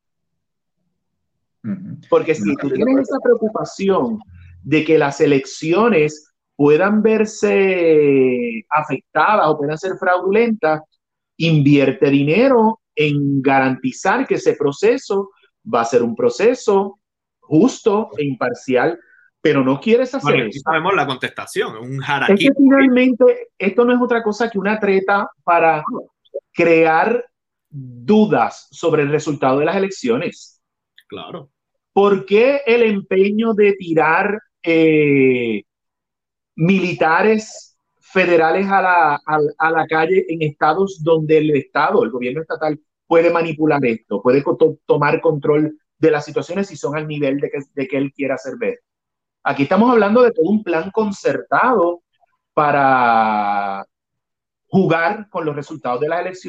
[SPEAKER 2] Porque si tú tienes esa preocupación de que las elecciones puedan verse afectadas o puedan ser fraudulentas, invierte dinero en garantizar que ese proceso va a ser un proceso justo e imparcial, pero no quieres hacer
[SPEAKER 1] bueno,
[SPEAKER 2] eso.
[SPEAKER 1] Sabemos la contestación, un harakiri.
[SPEAKER 2] Es que finalmente esto no es otra cosa que una treta para crear dudas sobre el resultado de las elecciones.
[SPEAKER 1] Claro.
[SPEAKER 2] ¿Por qué el empeño de tirar eh, militares federales a la, a, a la calle en estados donde el Estado, el gobierno estatal, puede manipular esto, puede to tomar control de las situaciones si son al nivel de que, de que él quiera hacer ver? Aquí estamos hablando de todo un plan concertado para jugar con los resultados de las elecciones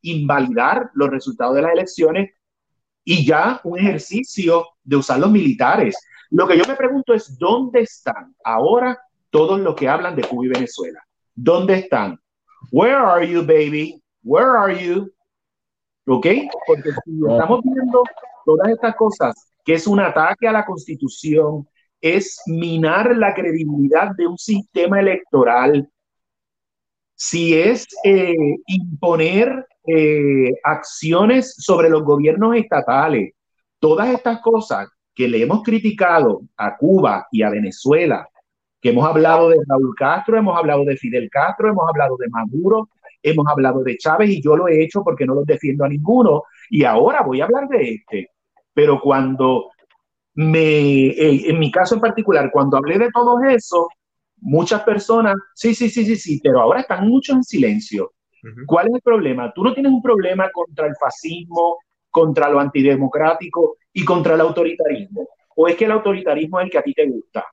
[SPEAKER 2] invalidar los resultados de las elecciones y ya un ejercicio de usar los militares. Lo que yo me pregunto es, ¿dónde están ahora todos los que hablan de Cuba y Venezuela? ¿Dónde están? Where are you, baby? Where are you? ¿Ok? Porque si estamos viendo todas estas cosas, que es un ataque a la Constitución, es minar la credibilidad de un sistema electoral, si es eh, imponer eh, acciones sobre los gobiernos estatales, todas estas cosas que le hemos criticado a Cuba y a Venezuela, que hemos hablado de Raúl Castro, hemos hablado de Fidel Castro, hemos hablado de Maduro, hemos hablado de Chávez, y yo lo he hecho porque no los defiendo a ninguno, y ahora voy a hablar de este. Pero cuando me, en mi caso en particular, cuando hablé de todo eso, muchas personas, sí, sí, sí, sí, sí, pero ahora están muchos en silencio. Uh-huh. ¿Cuál es el problema? Tú no tienes un problema contra el fascismo, contra lo antidemocrático y contra el autoritarismo. ¿O es que el autoritarismo es el que a ti te gusta?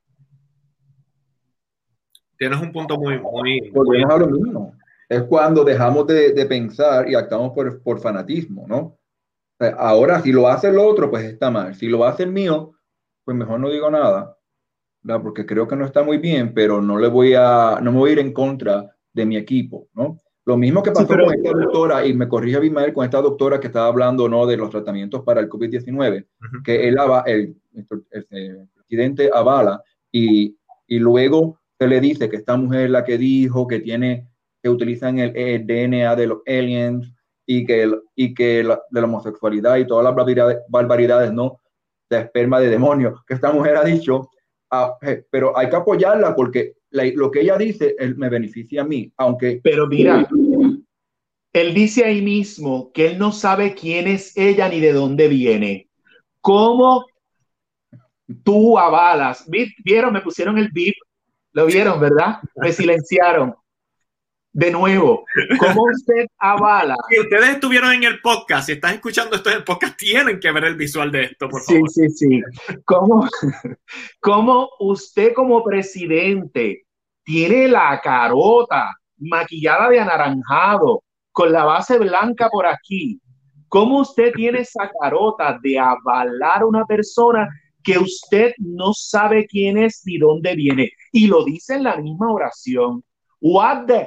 [SPEAKER 1] Tienes un punto muy... muy
[SPEAKER 3] Volvemos a lo mismo. Es cuando dejamos de, de pensar y actuamos por, por fanatismo, ¿no? O sea, ahora, si lo hace el otro, pues está mal. Si lo hace el mío, pues mejor no digo nada, ¿verdad? Porque creo que no está muy bien, pero no le voy a, no me voy a ir en contra de mi equipo, ¿no? Lo mismo que pasó sí, pero, con esta doctora, y me corrige Abimael, con esta doctora que estaba hablando, ¿no?, de los tratamientos para el COVID diecinueve, uh-huh. que él, el, el, el, el presidente avala, y, y luego se le dice que esta mujer es la que dijo que tiene, que utilizan el, el D N A de los aliens, y que, el, y que la, de la homosexualidad y todas las barbaridades, barbaridades, ¿no?, de esperma de demonios, que esta mujer ha dicho, ah, pero hay que apoyarla porque la, lo que ella dice él, me beneficia a mí, aunque...
[SPEAKER 2] Pero mira, él dice ahí mismo que él no sabe quién es ella ni de dónde viene. ¿Cómo tú avalas? ¿Vieron? Me pusieron el beep. ¿Lo vieron, verdad? Me silenciaron. De nuevo, ¿cómo usted avala?
[SPEAKER 1] Si ustedes estuvieron en el podcast, si están escuchando esto en el podcast, tienen que ver el visual de esto, por favor.
[SPEAKER 2] Sí, sí, sí. ¿Cómo, cómo usted como presidente tiene la carota maquillada de anaranjado, con la base blanca por aquí? ¿Cómo usted tiene esa carota de avalar a una persona que usted no sabe quién es ni dónde viene? Y lo dice en la misma oración. What the...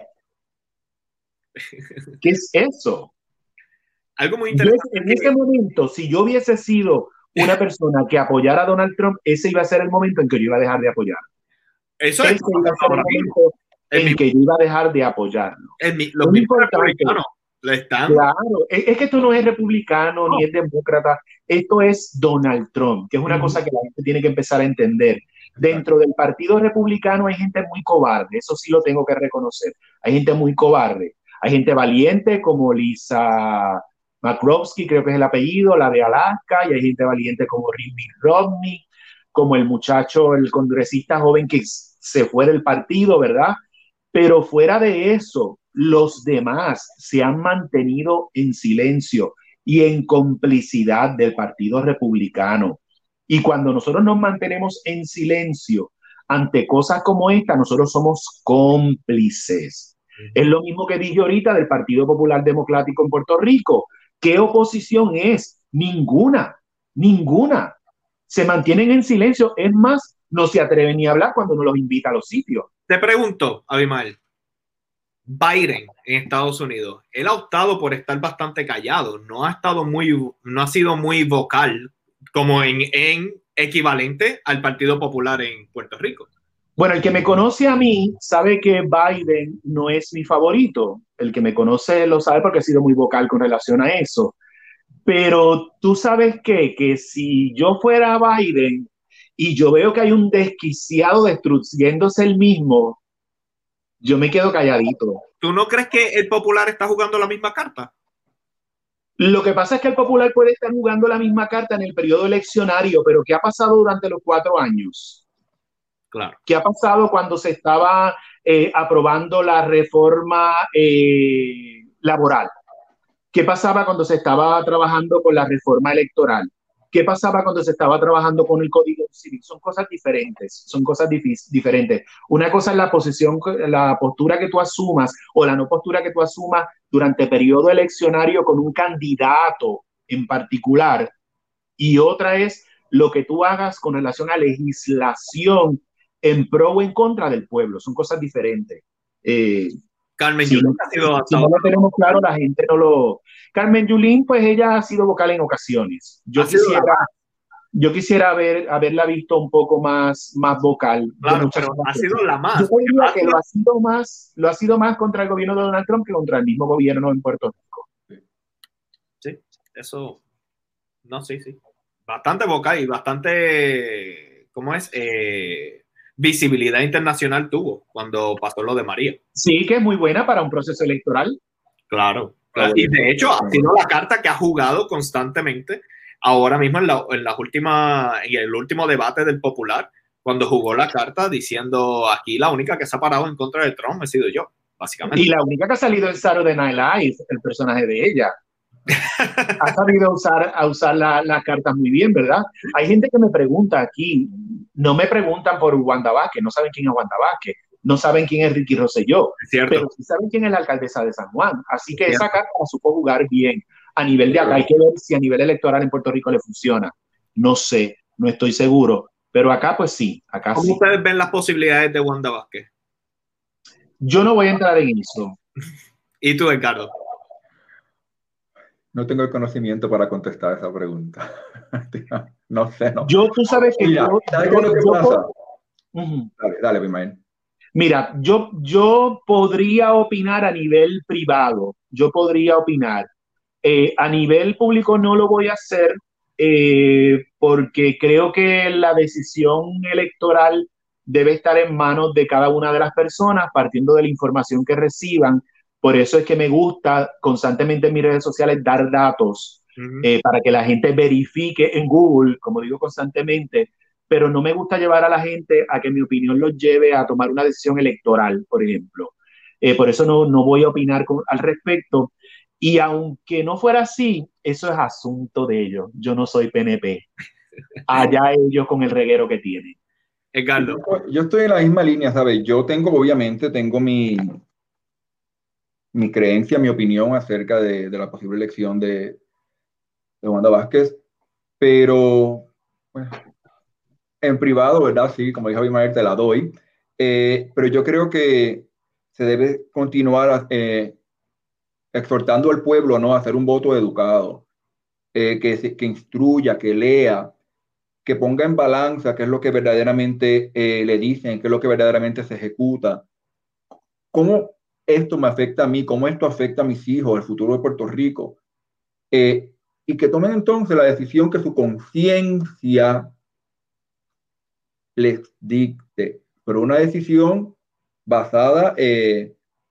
[SPEAKER 2] ¿Qué es eso?
[SPEAKER 1] Algo muy interesante.
[SPEAKER 2] Yo, en ese momento, si yo hubiese sido una persona que apoyara a Donald Trump, ese iba a ser el momento en que yo iba a dejar de apoyarlo.
[SPEAKER 1] Eso
[SPEAKER 2] ese
[SPEAKER 1] es
[SPEAKER 2] iba a ser el momento el en mi, que yo iba a dejar de apoyarlo.
[SPEAKER 1] El, los mismos republicanos lo están.
[SPEAKER 2] Claro, es, es que esto no es republicano no. ni es demócrata, esto es Donald Trump, que es una mm. cosa que la gente tiene que empezar a entender. Dentro del Partido Republicano hay gente muy cobarde, eso sí lo tengo que reconocer. Hay gente muy cobarde. Hay gente valiente como Lisa McRobsky, creo que es el apellido, la de Alaska, y hay gente valiente como Mitt Romney, como el muchacho, el congresista joven que se fue del partido, ¿verdad? Pero fuera de eso, los demás se han mantenido en silencio y en complicidad del Partido Republicano. Y cuando nosotros nos mantenemos en silencio ante cosas como esta, nosotros somos cómplices. Es lo mismo que dije ahorita del Partido Popular Democrático en Puerto Rico. ¿Qué oposición es? Ninguna, ninguna. Se mantienen en silencio. Es más, no se atreven ni a hablar cuando uno los invita a los sitios.
[SPEAKER 1] Te pregunto, Abimael, Biden en Estados Unidos, él ha optado por estar bastante callado. No ha estado muy, no ha sido muy vocal como en, en equivalente al Partido Popular en Puerto Rico.
[SPEAKER 2] Bueno, el que me conoce a mí sabe que Biden no es mi favorito. El que me conoce lo sabe porque he sido muy vocal con relación a eso. Pero tú sabes qué, que si yo fuera Biden y yo veo que hay un desquiciado destruyéndose el mismo, yo me quedo calladito.
[SPEAKER 1] ¿Tú no crees que el Popular está jugando la misma carta?
[SPEAKER 2] Lo que pasa es que el Popular puede estar jugando la misma carta en el periodo eleccionario, pero ¿qué ha pasado durante los cuatro años?
[SPEAKER 1] Claro.
[SPEAKER 2] ¿Qué ha pasado cuando se estaba eh, aprobando la reforma eh, laboral? ¿Qué pasaba cuando se estaba trabajando con la reforma electoral? ¿Qué pasaba cuando se estaba trabajando con el Código Civil? Son cosas diferentes, son cosas diferentes. Una cosa es la posición, la postura que tú asumas o la no postura que tú asumas durante el periodo eleccionario con un candidato en particular, y otra es lo que tú hagas con relación a legislación en pro o en contra del pueblo. Son cosas diferentes. Eh,
[SPEAKER 1] Carmen
[SPEAKER 2] si,
[SPEAKER 1] Yulín
[SPEAKER 2] no,
[SPEAKER 1] ha sido
[SPEAKER 2] si no lo tenemos claro, la gente no lo... Carmen Yulín, pues ella ha sido vocal en ocasiones. Yo quisiera, yo quisiera haber, haberla visto un poco más, más vocal.
[SPEAKER 1] Claro, pero ha sido la más.
[SPEAKER 2] Yo diría que lo ha sido más, lo ha sido más contra el gobierno de Donald Trump que contra el mismo gobierno en Puerto Rico.
[SPEAKER 1] Sí, eso, no, sí, sí. Bastante vocal y bastante, ¿cómo es? Eh, visibilidad internacional tuvo cuando pasó lo de María.
[SPEAKER 2] Sí, que es muy buena para un proceso electoral.
[SPEAKER 1] Claro, claro. Y de hecho ha sido la carta que ha jugado constantemente ahora mismo en, la, en las últimas, en el último debate del Popular, cuando jugó la carta diciendo aquí la única que se ha parado en contra de Trump he sido yo, básicamente.
[SPEAKER 2] Y la única que ha salido en Saturday Night Live, el personaje de ella. Ha sabido usar, a usar las la cartas muy bien, ¿verdad? Hay gente que me pregunta aquí, no me preguntan por Wanda Vázquez, no saben quién es Wanda Vázquez, no saben quién es Ricky Rosselló, pero sí saben quién es la alcaldesa de San Juan. Así que esa carta la supo jugar bien a nivel de acá. Hay que ver si a nivel electoral en Puerto Rico le funciona. No sé, no estoy seguro, pero acá pues sí, acá
[SPEAKER 1] ¿Cómo
[SPEAKER 2] sí.
[SPEAKER 1] ustedes ven las posibilidades de Wanda Vázquez?
[SPEAKER 2] Yo no voy a entrar en eso.
[SPEAKER 1] ¿Y tú, Edgardo?
[SPEAKER 3] No tengo el conocimiento para contestar esa pregunta. No sé, no.
[SPEAKER 2] Yo, tú sabes que
[SPEAKER 3] Mira,
[SPEAKER 2] yo,
[SPEAKER 3] ¿sabes
[SPEAKER 2] yo,
[SPEAKER 3] qué es lo que
[SPEAKER 2] yo,
[SPEAKER 3] pasa?
[SPEAKER 2] Uh-huh.
[SPEAKER 3] Dale, dale, Bimael.
[SPEAKER 2] Mira, yo, yo podría opinar a nivel privado, yo podría opinar. Eh, a nivel público no lo voy a hacer eh, porque creo que la decisión electoral debe estar en manos de cada una de las personas partiendo de la información que reciban. Por eso es que me gusta constantemente en mis redes sociales dar datos uh-huh. eh, para que la gente verifique en Google, como digo constantemente, pero no me gusta llevar a la gente a que mi opinión los lleve a tomar una decisión electoral, por ejemplo. Eh, por eso no, no voy a opinar con, al respecto. Y aunque no fuera así, eso es asunto de ellos. Yo no soy P N P. Allá ellos con el reguero que tienen.
[SPEAKER 1] Edgardo.
[SPEAKER 3] Yo, yo estoy en la misma línea, ¿sabes? Yo tengo, obviamente, tengo mi, mi creencia, mi opinión acerca de, de la posible elección de, de Wanda Vázquez, pero bueno, en privado, ¿verdad? Sí, como dijo Abimael, te la doy. Eh, pero yo creo que se debe continuar eh, exhortando al pueblo, ¿no?, a hacer un voto educado, eh, que, que instruya, que lea, que ponga en balanza qué es lo que verdaderamente eh, le dicen, qué es lo que verdaderamente se ejecuta. ¿Cómo esto me afecta a mí? ¿Cómo esto afecta a mis hijos, el futuro de Puerto Rico? Eh, y que tomen entonces la decisión que su conciencia les dicte, pero una decisión basada eh,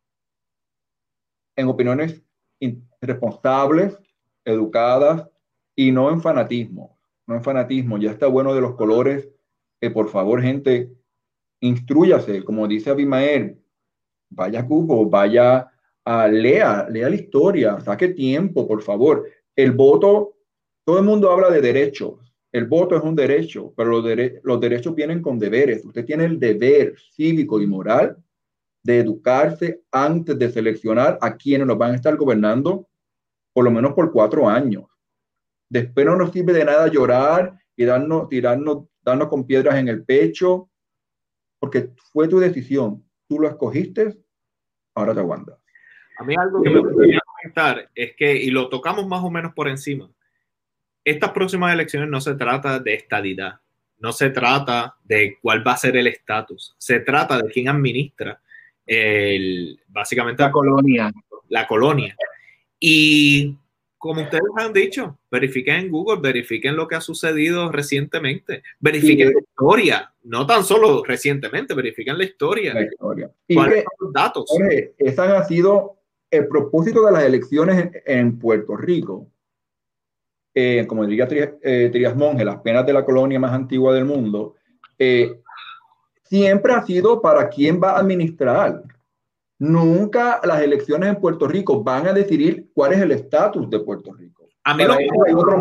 [SPEAKER 3] en opiniones responsables, educadas y no en fanatismo, no en fanatismo. Ya está bueno de los colores. Eh, por favor, gente, instrúyase, como dice Abimael, vaya a Google, vaya a lea, lea la historia, saque tiempo, por favor. El voto, todo el mundo habla de derechos. El voto es un derecho, pero los, dere los derechos vienen con deberes. Usted tiene el deber cívico y moral de educarse antes de seleccionar a quienes nos van a estar gobernando por lo menos por cuatro años. Después no nos sirve de nada llorar y darnos, tirarnos, darnos con piedras en el pecho, porque fue tu decisión. Tú lo escogiste, ahora te aguantas.
[SPEAKER 1] A mí algo que me gustaría comentar es que, y lo tocamos más o menos por encima, estas próximas elecciones no se trata de estadidad, no se trata de cuál va a ser el estatus, se trata de quién administra el, básicamente
[SPEAKER 2] la colonia.
[SPEAKER 1] La colonia. Y como ustedes han dicho, verifiquen en Google, verifiquen lo que ha sucedido recientemente, verifiquen sí, la historia, no tan solo recientemente, verifiquen la historia.
[SPEAKER 3] La historia.
[SPEAKER 1] ¿Cuáles
[SPEAKER 3] que,
[SPEAKER 1] son los datos?
[SPEAKER 3] Jorge, esas han sido el propósito de las elecciones en, en Puerto Rico. Eh, como diría Trias, eh, Trias Monge, las penas de la colonia más antigua del mundo, eh, siempre ha sido para quién va a administrar. Nunca las elecciones en Puerto Rico van a decidir cuál es el estatus de Puerto Rico.
[SPEAKER 1] A mí lo que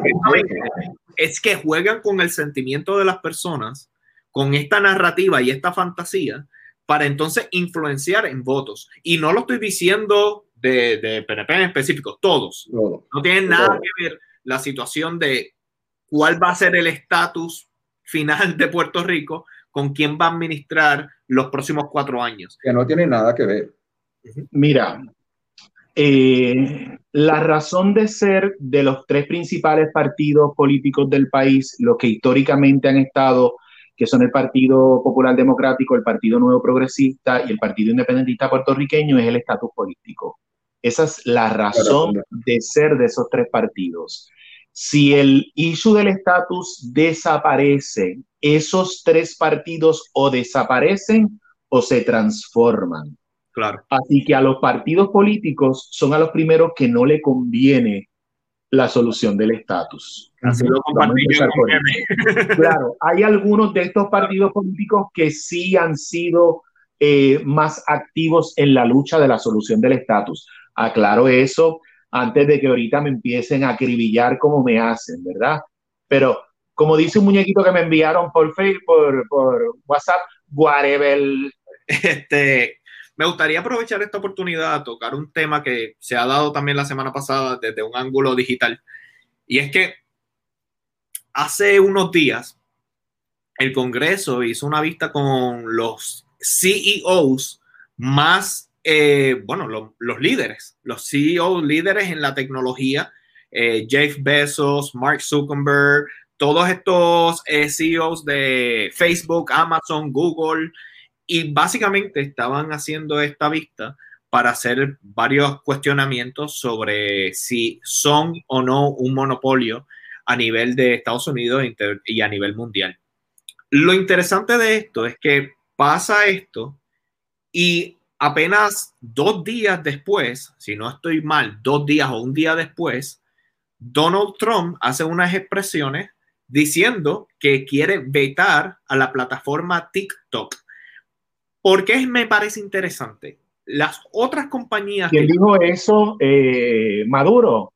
[SPEAKER 1] es que juegan con el sentimiento de las personas, con esta narrativa y esta fantasía, para entonces influenciar en votos. Y no lo estoy diciendo de, de P N P en específico, todos.
[SPEAKER 3] Todo.
[SPEAKER 1] No tienen nada que ver la situación de cuál va a ser el estatus final de Puerto Rico con quién va a administrar los próximos cuatro años.
[SPEAKER 3] Que no tiene nada que ver.
[SPEAKER 2] Mira, eh, la razón de ser de los tres principales partidos políticos del país, los que históricamente han estado, que son el Partido Popular Democrático, el Partido Nuevo Progresista y el Partido Independentista Puertorriqueño, es el estatus político. Esa es la razón de ser de esos tres partidos. Si el issue del estatus desaparece, esos tres partidos o desaparecen o se transforman.
[SPEAKER 1] Claro.
[SPEAKER 2] Así que a los partidos políticos son a los primeros que no le conviene la solución del estatus.
[SPEAKER 1] Así lo compartí yo con
[SPEAKER 2] Claro, hay algunos de estos partidos políticos que sí han sido eh, más activos en la lucha de la solución del estatus. Aclaro eso antes de que ahorita me empiecen a acribillar como me hacen, ¿verdad? Pero como dice un muñequito que me enviaron por Facebook, por, por WhatsApp, whatever.
[SPEAKER 1] Este, me gustaría aprovechar esta oportunidad a tocar un tema que se ha dado también la semana pasada desde un ángulo digital. Y es que hace unos días el Congreso hizo una vista con los C E Os más, eh, bueno, lo, los líderes, los C E Os líderes en la tecnología, eh, Jeff Bezos, Mark Zuckerberg, todos estos eh, C E Os de Facebook, Amazon, Google, y básicamente estaban haciendo esta vista para hacer varios cuestionamientos sobre si son o no un monopolio a nivel de Estados Unidos y a nivel mundial. Lo interesante de esto es que pasa esto y apenas dos días después, si no estoy mal, dos días o un día después, Donald Trump hace unas expresiones diciendo que quiere vetar a la plataforma TikTok. ¿Por qué me parece interesante? Las otras compañías...
[SPEAKER 2] ¿Quién
[SPEAKER 1] que...
[SPEAKER 2] dijo eso? Eh, Maduro.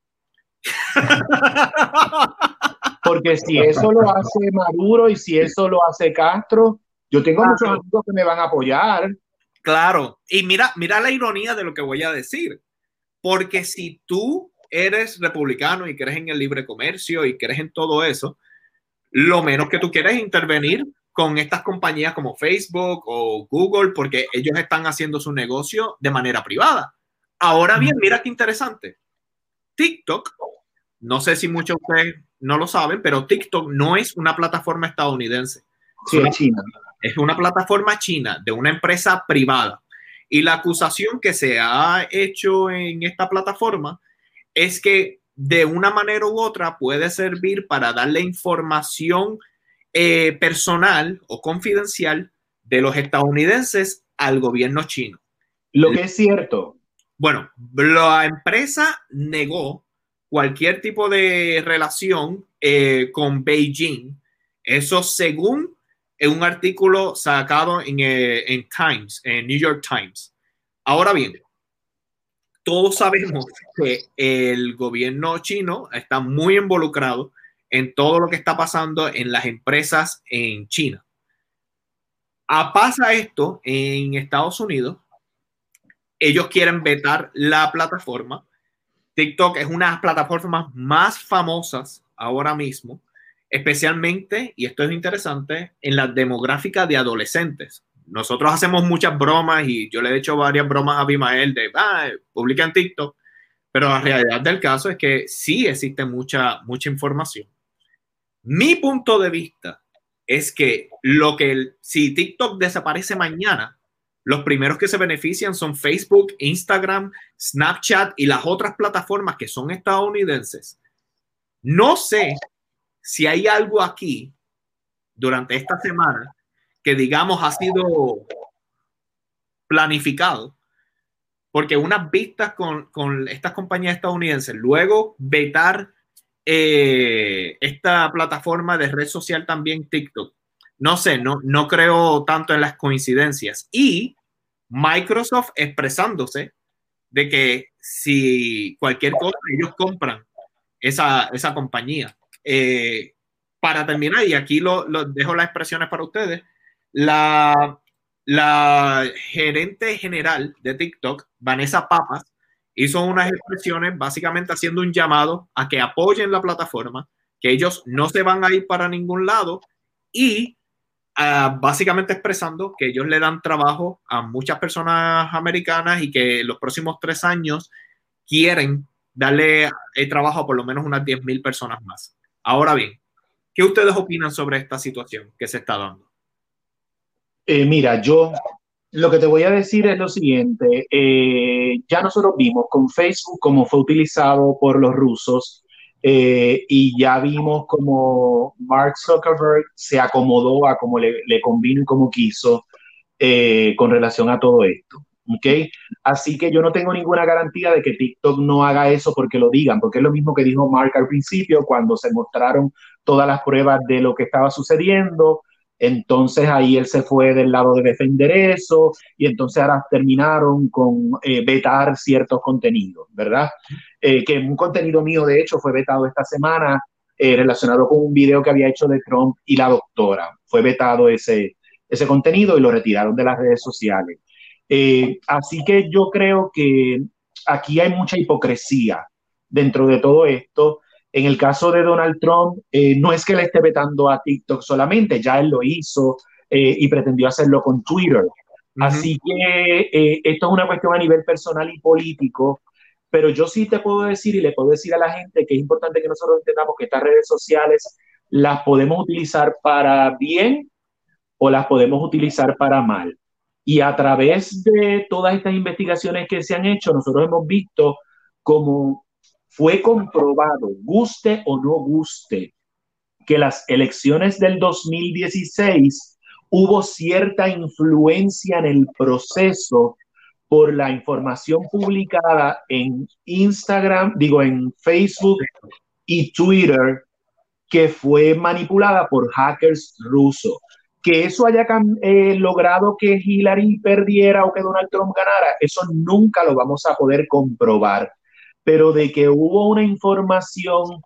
[SPEAKER 2] Porque si eso lo hace Maduro y si eso lo hace Castro, yo tengo claro. muchos amigos que me van a apoyar.
[SPEAKER 1] Claro, y mira, mira la ironía de lo que voy a decir. Porque si tú eres republicano y crees en el libre comercio y crees en todo eso, lo menos que tú quieres es intervenir con estas compañías como Facebook o Google, porque ellos están haciendo su negocio de manera privada. Ahora bien, mira qué interesante. TikTok, no sé si muchos de ustedes no lo saben, pero TikTok no es una plataforma estadounidense.
[SPEAKER 2] Sí, es China.
[SPEAKER 1] Es una plataforma china de una empresa privada. Y la acusación que se ha hecho en esta plataforma es que de una manera u otra puede servir para darle información eh, personal o confidencial de los estadounidenses al gobierno chino.
[SPEAKER 2] Lo que es cierto.
[SPEAKER 1] Bueno, la empresa negó cualquier tipo de relación eh, con Beijing. Eso según un artículo sacado en, eh, en Times, en New York Times. Ahora bien, todos sabemos que el gobierno chino está muy involucrado en todo lo que está pasando en las empresas en China. A pasa esto en Estados Unidos. Ellos quieren vetar la plataforma. TikTok es una de las plataformas más famosas ahora mismo, especialmente, y esto es interesante, en la demográfica de adolescentes. Nosotros hacemos muchas bromas y yo le he hecho varias bromas a Abimael de, ah, publica en TikTok, pero la realidad del caso es que sí existe mucha, mucha información. Mi punto de vista es que lo que, si TikTok desaparece mañana, los primeros que se benefician son Facebook, Instagram, Snapchat y las otras plataformas que son estadounidenses. No sé si hay algo aquí durante esta semana que digamos ha sido planificado, porque unas vistas con, con estas compañías estadounidenses, luego vetar eh, esta plataforma de red social también TikTok. No sé, no, no creo tanto en las coincidencias. Y Microsoft expresándose de que si cualquier cosa ellos compran esa, esa compañía. Eh, para terminar, y aquí lo, lo dejo las expresiones para ustedes, la, la gerente general de TikTok, Vanessa Papas, hizo unas expresiones básicamente haciendo un llamado a que apoyen la plataforma, que ellos no se van a ir para ningún lado y uh, básicamente expresando que ellos le dan trabajo a muchas personas americanas y que los próximos tres años quieren darle el trabajo a por lo menos unas diez mil personas más. Ahora bien, ¿qué ustedes opinan sobre esta situación que se está dando?
[SPEAKER 2] Eh, mira, yo lo que te voy a decir es lo siguiente. Eh, ya nosotros vimos con Facebook cómo fue utilizado por los rusos eh, y ya vimos cómo Mark Zuckerberg se acomodó a como le, le convino y como quiso eh, con relación a todo esto. ¿Okay? Así que yo no tengo ninguna garantía de que TikTok no haga eso porque lo digan, porque es lo mismo que dijo Mark al principio cuando se mostraron todas las pruebas de lo que estaba sucediendo. Entonces ahí él se fue del lado de defender eso y entonces ahora terminaron con eh, vetar ciertos contenidos, ¿verdad? Eh, que un contenido mío de hecho fue vetado esta semana eh, relacionado con un video que había hecho de Trump y la doctora. Fue vetado ese, ese contenido y lo retiraron de las redes sociales. Eh, así que yo creo que aquí hay mucha hipocresía dentro de todo esto. En el caso de Donald Trump, eh, no es que le esté vetando a TikTok solamente, ya él lo hizo eh, y pretendió hacerlo con Twitter. Uh-huh. Así que eh, esto es una cuestión a nivel personal y político, pero yo sí te puedo decir y le puedo decir a la gente que es importante que nosotros entendamos que estas redes sociales las podemos utilizar para bien o las podemos utilizar para mal. Y a través de todas estas investigaciones que se han hecho, nosotros hemos visto cómo fue comprobado, guste o no guste, que las elecciones del dos mil dieciséis hubo cierta influencia en el proceso por la información publicada en Instagram, digo, en Facebook y Twitter, que fue manipulada por hackers rusos. Que eso haya eh, logrado que Hillary perdiera o que Donald Trump ganara, eso nunca lo vamos a poder comprobar. Pero de que hubo una información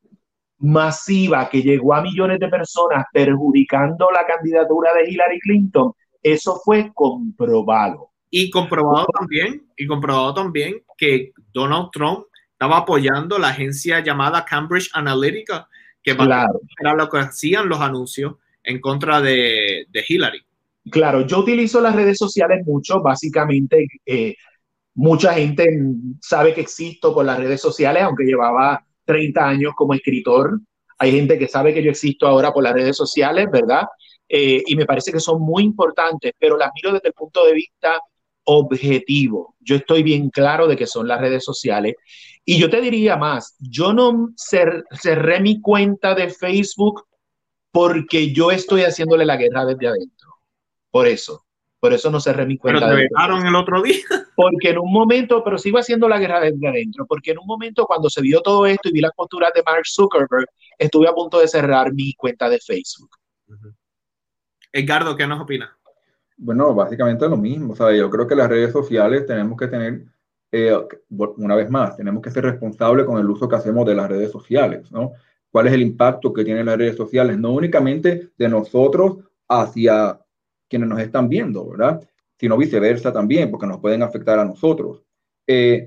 [SPEAKER 2] masiva que llegó a millones de personas perjudicando la candidatura de Hillary Clinton, eso fue comprobado.
[SPEAKER 1] Y comprobado también, y comprobado también que Donald Trump estaba apoyando la agencia llamada Cambridge Analytica, que
[SPEAKER 2] claro.
[SPEAKER 1] era lo que hacían los anuncios en contra de, de Hillary.
[SPEAKER 2] Claro, yo utilizo las redes sociales mucho, básicamente eh, mucha gente sabe que existo por las redes sociales, aunque llevaba treinta años como escritor. Hay gente que sabe que yo existo ahora por las redes sociales, ¿verdad? Eh, y me parece que son muy importantes, pero las miro desde el punto de vista objetivo. Yo estoy bien claro de que son las redes sociales. Y yo te diría más, yo no cer- cerré mi cuenta de Facebook porque yo estoy haciéndole la guerra desde adentro. Por eso. Por eso no cerré mi cuenta.
[SPEAKER 1] Pero te vetaron el otro día.
[SPEAKER 2] Porque en un momento, pero sigo haciendo la guerra desde adentro, porque en un momento cuando se vio todo esto y vi las posturas de Mark Zuckerberg, estuve a punto de cerrar mi cuenta de Facebook.
[SPEAKER 1] Uh-huh. Edgardo, ¿qué nos opina?
[SPEAKER 3] Bueno, básicamente lo mismo. O sea, yo creo que las redes sociales tenemos que tener, eh, una vez más, tenemos que ser responsables con el uso que hacemos de las redes sociales, ¿no? ¿Cuál es el impacto que tienen las redes sociales? No únicamente de nosotros hacia quienes nos están viendo, ¿verdad? Sino viceversa también, porque nos pueden afectar a nosotros. Eh,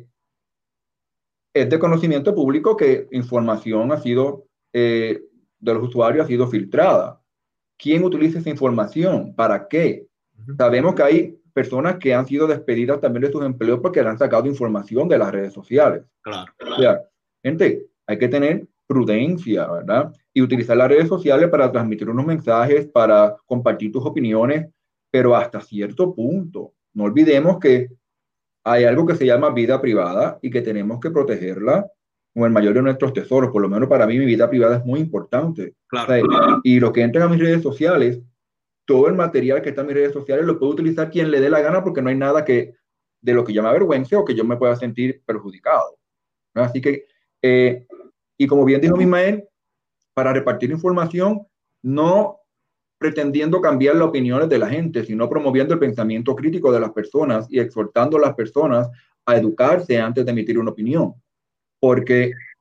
[SPEAKER 3] es de conocimiento público que información ha sido, eh, de los usuarios ha sido filtrada. ¿Quién utiliza esa información? ¿Para qué? Uh-huh. Sabemos que hay personas que han sido despedidas también de sus empleos porque le han sacado información de las redes sociales.
[SPEAKER 1] Claro.
[SPEAKER 3] O sea, gente, hay que tener prudencia, ¿verdad? Y utilizar las redes sociales para transmitir unos mensajes, para compartir tus opiniones, pero hasta cierto punto. No olvidemos que hay algo que se llama vida privada y que tenemos que protegerla como el mayor de nuestros tesoros. Por lo menos para mí mi vida privada es muy importante.
[SPEAKER 1] Claro.
[SPEAKER 3] O sea, y lo que entra a mis redes sociales, todo el material que está en mis redes sociales lo puede utilizar quien le dé la gana porque no hay nada que, de lo que yo me avergüence o que yo me pueda sentir perjudicado, ¿no? Así que, eh, y como bien dijo Ismael, para repartir información, no pretendiendo cambiar las opiniones de la gente, sino promoviendo el pensamiento crítico de las personas y exhortando a las personas a educarse antes de emitir una opinión. Porque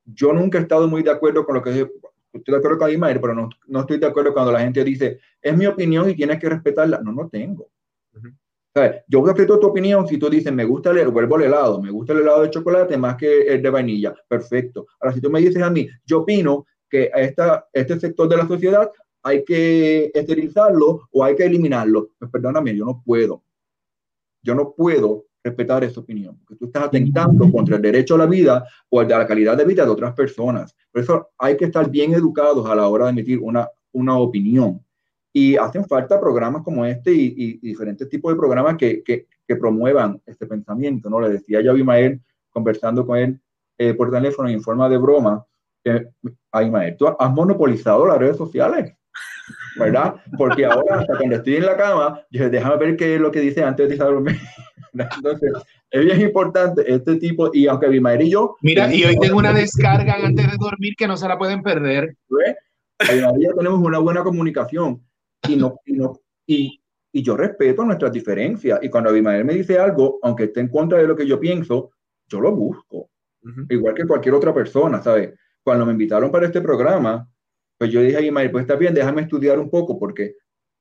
[SPEAKER 3] yo nunca he estado muy de acuerdo con lo que estoy de acuerdo con Abimael, pero no, no estoy de acuerdo cuando la gente dice, es mi opinión y tienes que respetarla. No, no tengo. Uh-huh. O sea, yo respeto tu opinión si tú dices, me gusta el, vuelvo el helado, me gusta el helado de chocolate más que el de vainilla. Perfecto. Ahora, si tú me dices a mí, yo opino que a esta, este sector de la sociedad hay que esterilizarlo o hay que eliminarlo. Pues perdóname, yo no puedo. Yo no puedo respetar esa opinión, porque tú estás atentando contra el derecho a la vida o el de la calidad de vida de otras personas. Por eso hay que estar bien educados a la hora de emitir una, una opinión. Y hacen falta programas como este y, y, y diferentes tipos de programas que, que, que promuevan este pensamiento, ¿no? Le decía yo a Abimael, conversando con él eh, por teléfono en forma de broma, que, Abimael, tú has monopolizado las redes sociales, ¿verdad? Porque ahora, hasta cuando estoy en la cama, yo déjame ver qué es lo que dice antes de dormir. Entonces, es bien importante este tipo, y aunque Abimael y yo...
[SPEAKER 2] Mira, y hoy tengo una descarga antes de dormir que no se la pueden perder.
[SPEAKER 3] Abimael y yo tenemos una buena comunicación, y, no, y, no, y, y yo respeto nuestras diferencias, y cuando Abimael me dice algo, aunque esté en contra de lo que yo pienso, yo lo busco, uh-huh. Igual que cualquier otra persona, ¿sabes? Cuando me invitaron para este programa, pues yo dije a Abimael, pues está bien, déjame estudiar un poco, porque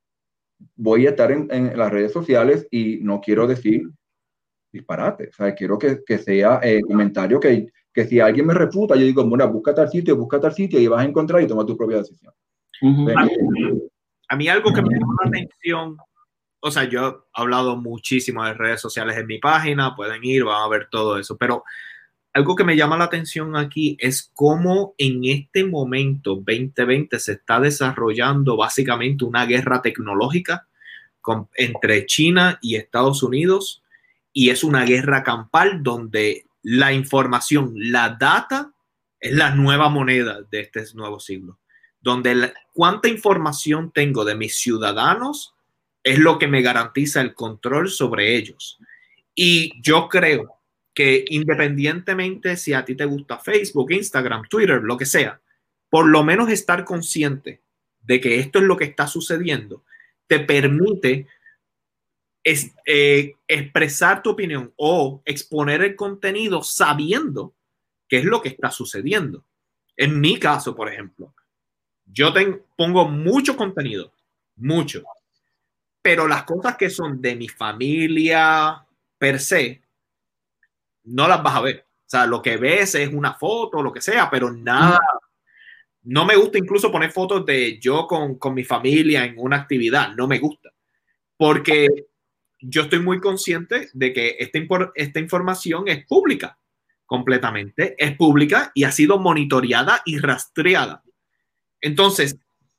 [SPEAKER 3] voy a estar en, en las redes sociales y no quiero decir disparate, o sea, quiero que, que sea eh, comentario que, que si alguien me refuta, yo digo, bueno, busca tal sitio, busca tal sitio y vas a encontrar y toma tu propia decisión.
[SPEAKER 1] Uh-huh. A, mí, a mí algo que me llama la atención, o sea, yo he hablado muchísimo de redes sociales en mi página, pueden ir, van a ver todo eso, pero algo que me llama la atención aquí es cómo en este momento veinte veinte se está desarrollando básicamente una guerra tecnológica con, entre China y Estados Unidos, y es una guerra campal donde la información, la data, es la nueva moneda de este nuevo siglo, donde la, cuánta información tengo de mis ciudadanos es lo que me garantiza el control sobre ellos. Y yo creo que independientemente si a ti te gusta Facebook, Instagram, Twitter, lo que sea, por lo menos estar consciente de que esto es lo que está sucediendo, te permite es, eh, expresar tu opinión o exponer el contenido sabiendo qué es lo que está sucediendo. En mi caso, por ejemplo, yo ten, pongo mucho contenido, mucho, pero las cosas que son de mi familia per se, no las vas a ver. O sea, lo que ves es una foto, lo que sea, pero nada. No me gusta incluso poner fotos de yo con, con mi familia en una actividad. No me gusta. Porque yo estoy muy consciente de que esta, esta información es pública. Completamente. Es pública y ha sido monitoreada y rastreada. Entonces,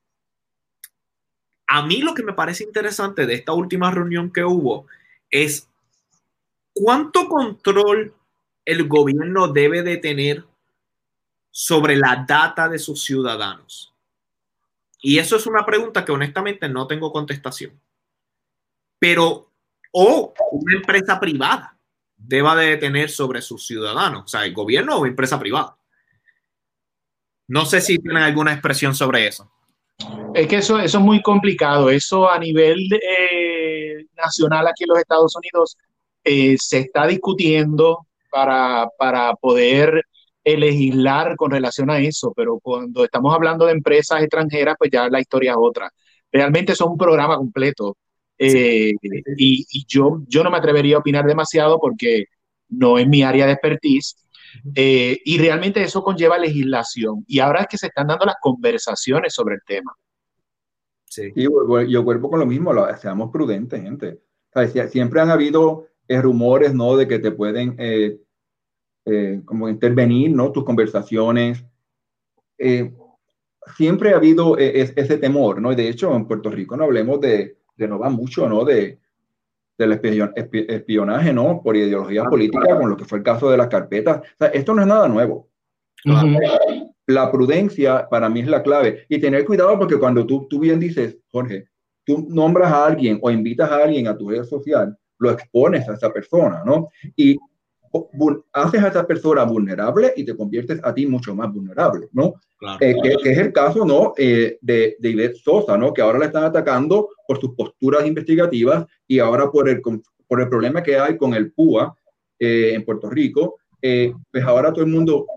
[SPEAKER 1] a mí lo que me parece interesante de esta última reunión que hubo es cuánto control el gobierno debe de tener sobre la data de sus ciudadanos. Y eso es una pregunta que honestamente no tengo contestación. Pero, o una empresa privada deba de tener sobre sus ciudadanos, o sea, el gobierno o empresa privada. No sé si tienen alguna expresión sobre eso.
[SPEAKER 2] Es que eso, eso es muy complicado. Eso a nivel eh, nacional aquí en los Estados Unidos eh, se está discutiendo para, para poder legislar con relación a eso, pero cuando estamos hablando de empresas extranjeras, pues ya la historia es otra. Realmente eso es un programa completo. Eh, sí. y, y yo, yo no me atrevería a opinar demasiado porque no es mi área de expertise. Eh, y realmente eso conlleva legislación. Y ahora es que se están dando las conversaciones sobre el tema.
[SPEAKER 3] Sí, sí, yo vuelvo con lo mismo, lo, seamos prudentes, gente. O sea, siempre han habido eh, rumores, ¿no? De que te pueden eh, eh, como intervenir, ¿no? Tus conversaciones. Eh, siempre ha habido eh, ese temor, ¿no? Y de hecho, en Puerto Rico no hablemos de, de no va mucho, ¿no? De, del espionaje, ¿no? Por ideología política, con lo que fue el caso de las carpetas. O sea, esto no es nada nuevo. Uh-huh. La prudencia para mí es la clave. Y tener cuidado porque cuando tú, tú bien dices, Jorge, tú nombras a alguien o invitas a alguien a tu red social, lo expones a esa persona, ¿no? Y haces a esa persona vulnerable y te conviertes a ti mucho más vulnerable, ¿no? Claro, eh, claro. Que, que es el caso, ¿no? Eh, de, de Ivette Sosa, ¿no? Que ahora la están atacando por sus posturas investigativas y ahora por el, por el problema que hay con el P U A eh, en Puerto Rico, eh, pues ahora todo el mundo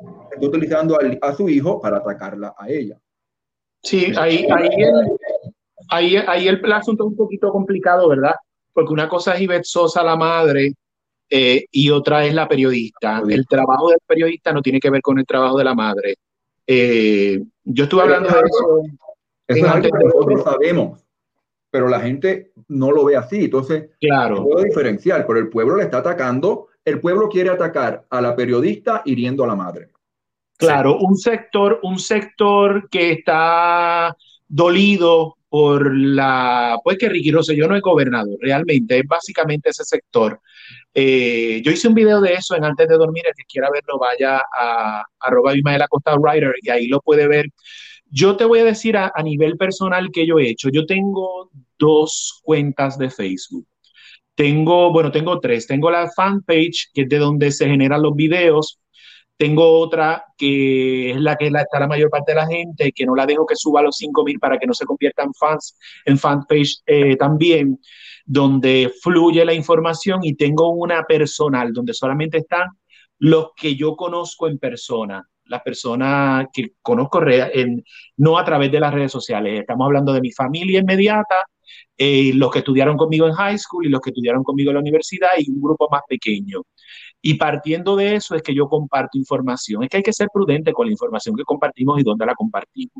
[SPEAKER 3] está utilizando a, a su hijo para atacarla a ella.
[SPEAKER 2] Sí, ahí, ahí, el, ahí, ahí el asunto es un poquito complicado, ¿verdad? Porque una cosa es Ivette Sosa, la madre, eh, y otra es la periodista. El trabajo del periodista no tiene que ver con el trabajo de la madre. Eh, yo estuve hablando de eso.
[SPEAKER 3] Eso es algo que nosotros sabemos, pero la gente no lo ve así. Entonces,
[SPEAKER 2] claro,
[SPEAKER 3] puedo diferenciar, pero el pueblo le está atacando. El pueblo quiere atacar a la periodista hiriendo a la madre.
[SPEAKER 2] Claro, sí. un sector, un sector que está dolido por la, pues que Ricky Rosselló no es gobernador, realmente es básicamente ese sector. Eh, yo hice un video de eso en Antes de Dormir, el que quiera verlo vaya a arroba Abimael Acosta Writer y ahí lo puede ver. Yo te voy a decir a, a nivel personal que yo he hecho. Yo tengo dos cuentas de Facebook. Tengo, bueno, tengo tres. Tengo la fanpage, que es de donde se generan los videos. Tengo otra que es la que la, está la mayor parte de la gente, que no la dejo que suba a los cinco mil para que no se convierta en fans, en fanpage eh, también, donde fluye la información, y tengo una personal donde solamente están los que yo conozco en persona, las personas que conozco en, no a través de las redes sociales. Estamos hablando de mi familia inmediata, eh, los que estudiaron conmigo en high school y los que estudiaron conmigo en la universidad, y un grupo más pequeño. Y partiendo de eso es que yo comparto información. Es que hay que ser prudente con la información que compartimos y dónde la compartimos.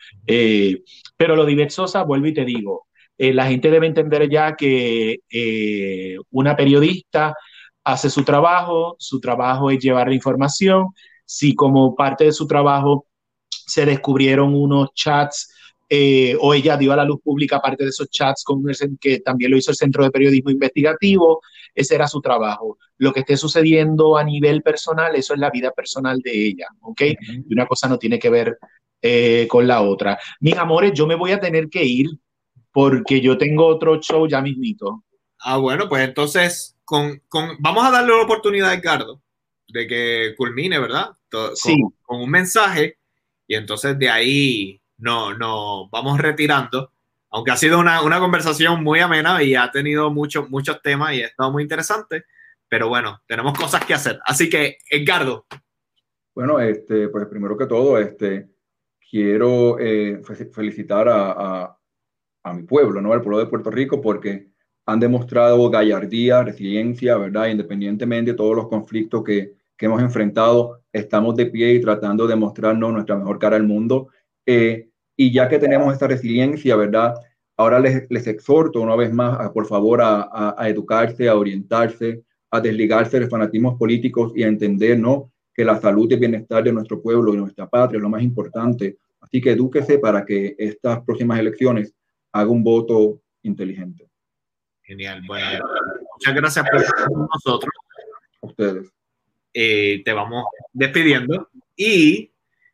[SPEAKER 2] Eh, pero lo de Ivette Sosa, vuelvo y te digo, eh, la gente debe entender ya que eh, una periodista hace su trabajo, su trabajo es llevar la información. Si como parte de su trabajo se descubrieron unos chats, Eh, o ella dio a la luz pública parte de esos chats con el, que también lo hizo el Centro de Periodismo Investigativo, ese era su trabajo. Lo que esté sucediendo a nivel personal, eso es la vida personal de ella, ¿ok? Uh-huh. Y una cosa no tiene que ver eh, con la otra. Mis amores, yo me voy a tener que ir porque yo tengo otro show ya mismito.
[SPEAKER 1] Ah, bueno, pues entonces con, con, vamos a darle la oportunidad a Edgardo de que culmine, ¿verdad? Con,
[SPEAKER 2] sí.
[SPEAKER 1] con un mensaje, y entonces de ahí no, no, vamos retirando, aunque ha sido una, una conversación muy amena y ha tenido muchos muchos temas y ha estado muy interesante, pero bueno, tenemos cosas que hacer. Así que, Edgardo.
[SPEAKER 3] Bueno, este, pues primero que todo, este, quiero eh, felicitar a, a, a mi pueblo, ¿no? Al pueblo de Puerto Rico, porque han demostrado gallardía, resiliencia, ¿verdad? Independientemente de todos los conflictos que, que hemos enfrentado, estamos de pie y tratando de mostrarnos nuestra mejor cara al mundo. Eh, y ya que tenemos esta resiliencia, ¿verdad? Ahora les, les exhorto una vez más, a, por favor, a, a, a educarse, a orientarse, a desligarse de fanatismos políticos y a entender, ¿no?, que la salud y el bienestar de nuestro pueblo y nuestra patria es lo más importante. Así que edúquese para que estas próximas elecciones haga un voto inteligente.
[SPEAKER 1] Genial. Bueno, muchas gracias por estar con nosotros.
[SPEAKER 3] A ustedes.
[SPEAKER 1] Eh, te vamos despidiendo. Y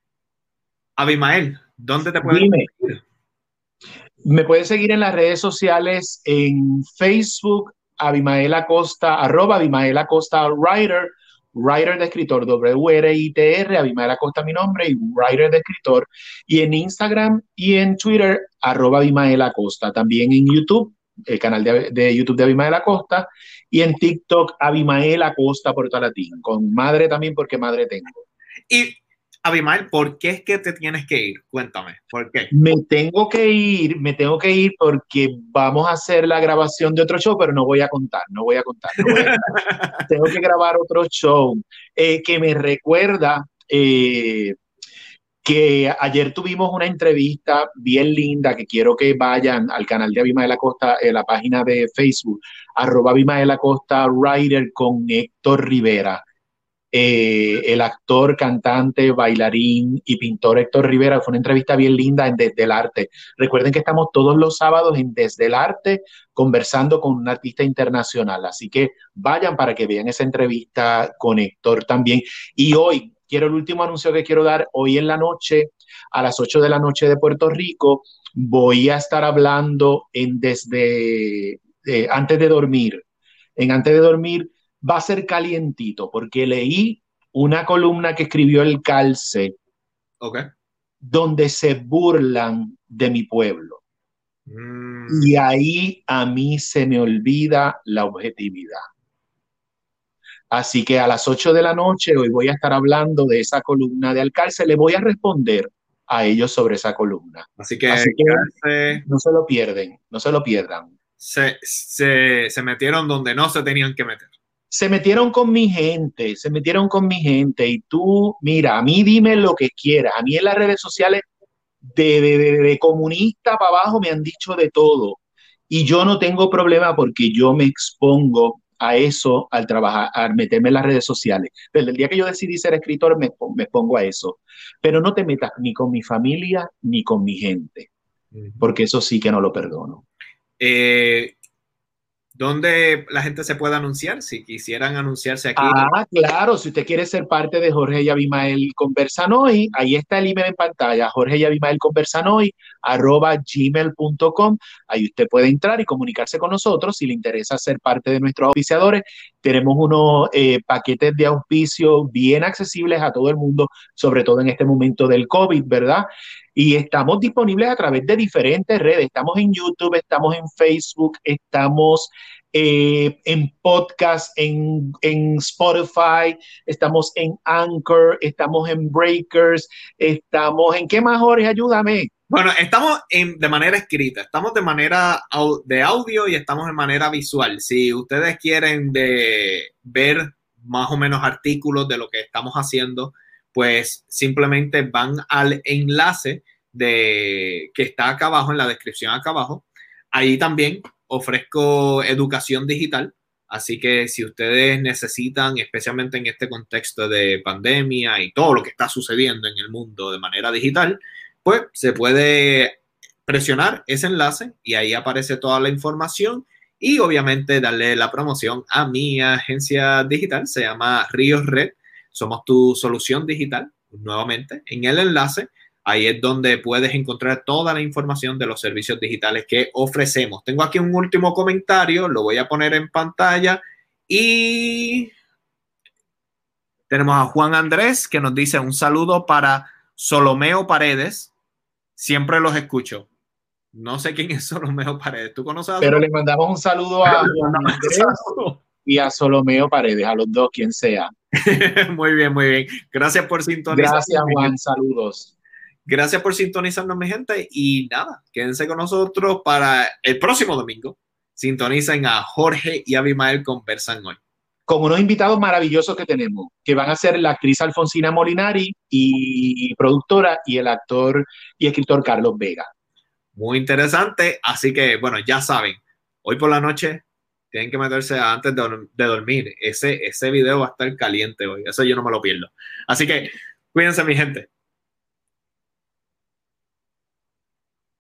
[SPEAKER 1] Abimael, ¿dónde te pueden
[SPEAKER 2] Dime.
[SPEAKER 1] seguir?
[SPEAKER 2] Me puedes seguir en las redes sociales, en Facebook, Abimael Acosta, arroba Abimael Acosta Writer, Writer de escritor, W R I T R, Abimael Acosta mi nombre, y Writer de escritor, y en Instagram y en Twitter, arroba Abimael Acosta, también en YouTube, el canal de, de YouTube de Abimael Acosta, y en TikTok, Abimael Acosta Puerto Latín, con madre también, porque madre tengo.
[SPEAKER 1] Y Abimael, ¿por qué es que te tienes que ir? Cuéntame, ¿por qué?
[SPEAKER 2] Me tengo que ir, me tengo que ir porque vamos a hacer la grabación de otro show, pero no voy a contar, no voy a contar. No voy a contar. Tengo que grabar otro show eh, que me recuerda eh, que ayer tuvimos una entrevista bien linda, que quiero que vayan al canal de Abimael Acosta, en la página de Facebook, arroba Abimael Acosta Writer, con Héctor Rivera. Eh, el actor, cantante, bailarín y pintor Héctor Rivera. Fue una entrevista bien linda en Desde el Arte. Recuerden que estamos todos los sábados en Desde el Arte conversando con un artista internacional, así que vayan para que vean esa entrevista con Héctor también. Y hoy, quiero el último anuncio que quiero dar, hoy en la noche, a las ocho de la noche de Puerto Rico, voy a estar hablando en Desde, eh, Antes de Dormir, en Antes de Dormir. Va a ser calientito, porque leí una columna que escribió El Calce,
[SPEAKER 1] okay,
[SPEAKER 2] donde se burlan de mi pueblo. Mm. Y ahí a mí se me olvida la objetividad. Así que a las ocho de la noche hoy voy a estar hablando de esa columna de Alcalce. Le voy a responder a ellos sobre esa columna.
[SPEAKER 1] Así que,
[SPEAKER 2] Así que
[SPEAKER 1] Alcalce,
[SPEAKER 2] no se lo pierden, no se lo pierdan.
[SPEAKER 1] Se, se, se metieron donde no se tenían que meter.
[SPEAKER 2] Se metieron con mi gente, se metieron con mi gente. Y tú, mira, a mí dime lo que quieras. A mí en las redes sociales de, de, de, de comunista para abajo me han dicho de todo. Y yo no tengo problema porque yo me expongo a eso al trabajar, al meterme en las redes sociales. Desde el día que yo decidí ser escritor me, me pongo a eso. Pero no te metas ni con mi familia ni con mi gente, porque eso sí que no lo perdono.
[SPEAKER 1] Eh, ¿Dónde la gente se puede anunciar? Si quisieran anunciarse aquí.
[SPEAKER 2] Ah, claro, si usted quiere ser parte de Jorge y Abimael Conversan Hoy, ahí está el email en pantalla, Jorge y Abimael Conversan Hoy, arroba gmail punto com. Ahí usted puede entrar y comunicarse con nosotros si le interesa ser parte de nuestros auspiciadores. Tenemos unos eh, paquetes de auspicio bien accesibles a todo el mundo, sobre todo en este momento del COVID, ¿verdad? Y estamos disponibles a través de diferentes redes. Estamos en YouTube, estamos en Facebook, estamos eh, en podcast, en, en Spotify, estamos en Anchor, estamos en Breakers, estamos en... ¿Qué más, Jorge? Ayúdame.
[SPEAKER 1] Bueno, estamos en, de manera escrita, estamos de manera au, de audio y estamos de manera visual. Si ustedes quieren de ver más o menos artículos de lo que estamos haciendo, pues simplemente van al enlace de, que está acá abajo, en la descripción acá abajo. Ahí también ofrezco educación digital, así que si ustedes necesitan, especialmente en este contexto de pandemia y todo lo que está sucediendo en el mundo de manera digital, pues se puede presionar ese enlace y ahí aparece toda la información y obviamente darle la promoción a mi agencia digital, se llama Ríos Red. Somos tu solución digital, nuevamente, en el enlace. Ahí es donde puedes encontrar toda la información de los servicios digitales que ofrecemos. Tengo aquí un último comentario, lo voy a poner en pantalla. Y tenemos a Juan Andrés que nos dice un saludo para Solomeo Paredes. Siempre los escucho. No sé quién es Solomeo Paredes. ¿Tú conoces a
[SPEAKER 2] Pero le mandamos un saludo a Juan Andrés y a Solomeo Paredes, a los dos, quien sea.
[SPEAKER 1] Muy bien, muy bien. Gracias por sintonizar.
[SPEAKER 2] Gracias, Juan. Saludos.
[SPEAKER 1] Gracias por sintonizarnos, mi gente. Y nada, quédense con nosotros para el próximo domingo. Sintonicen a Jorge y Abimael Conversan Hoy.
[SPEAKER 2] Con unos invitados maravillosos que tenemos, que van a ser la actriz Alfonsina Molinari y productora y el actor y escritor Carlos Vega.
[SPEAKER 1] Muy interesante. Así que, bueno, ya saben, hoy por la noche tienen que meterse antes de, de dormir. Ese, ese video va a estar caliente hoy. Eso yo no me lo pierdo. Así que cuídense, mi gente.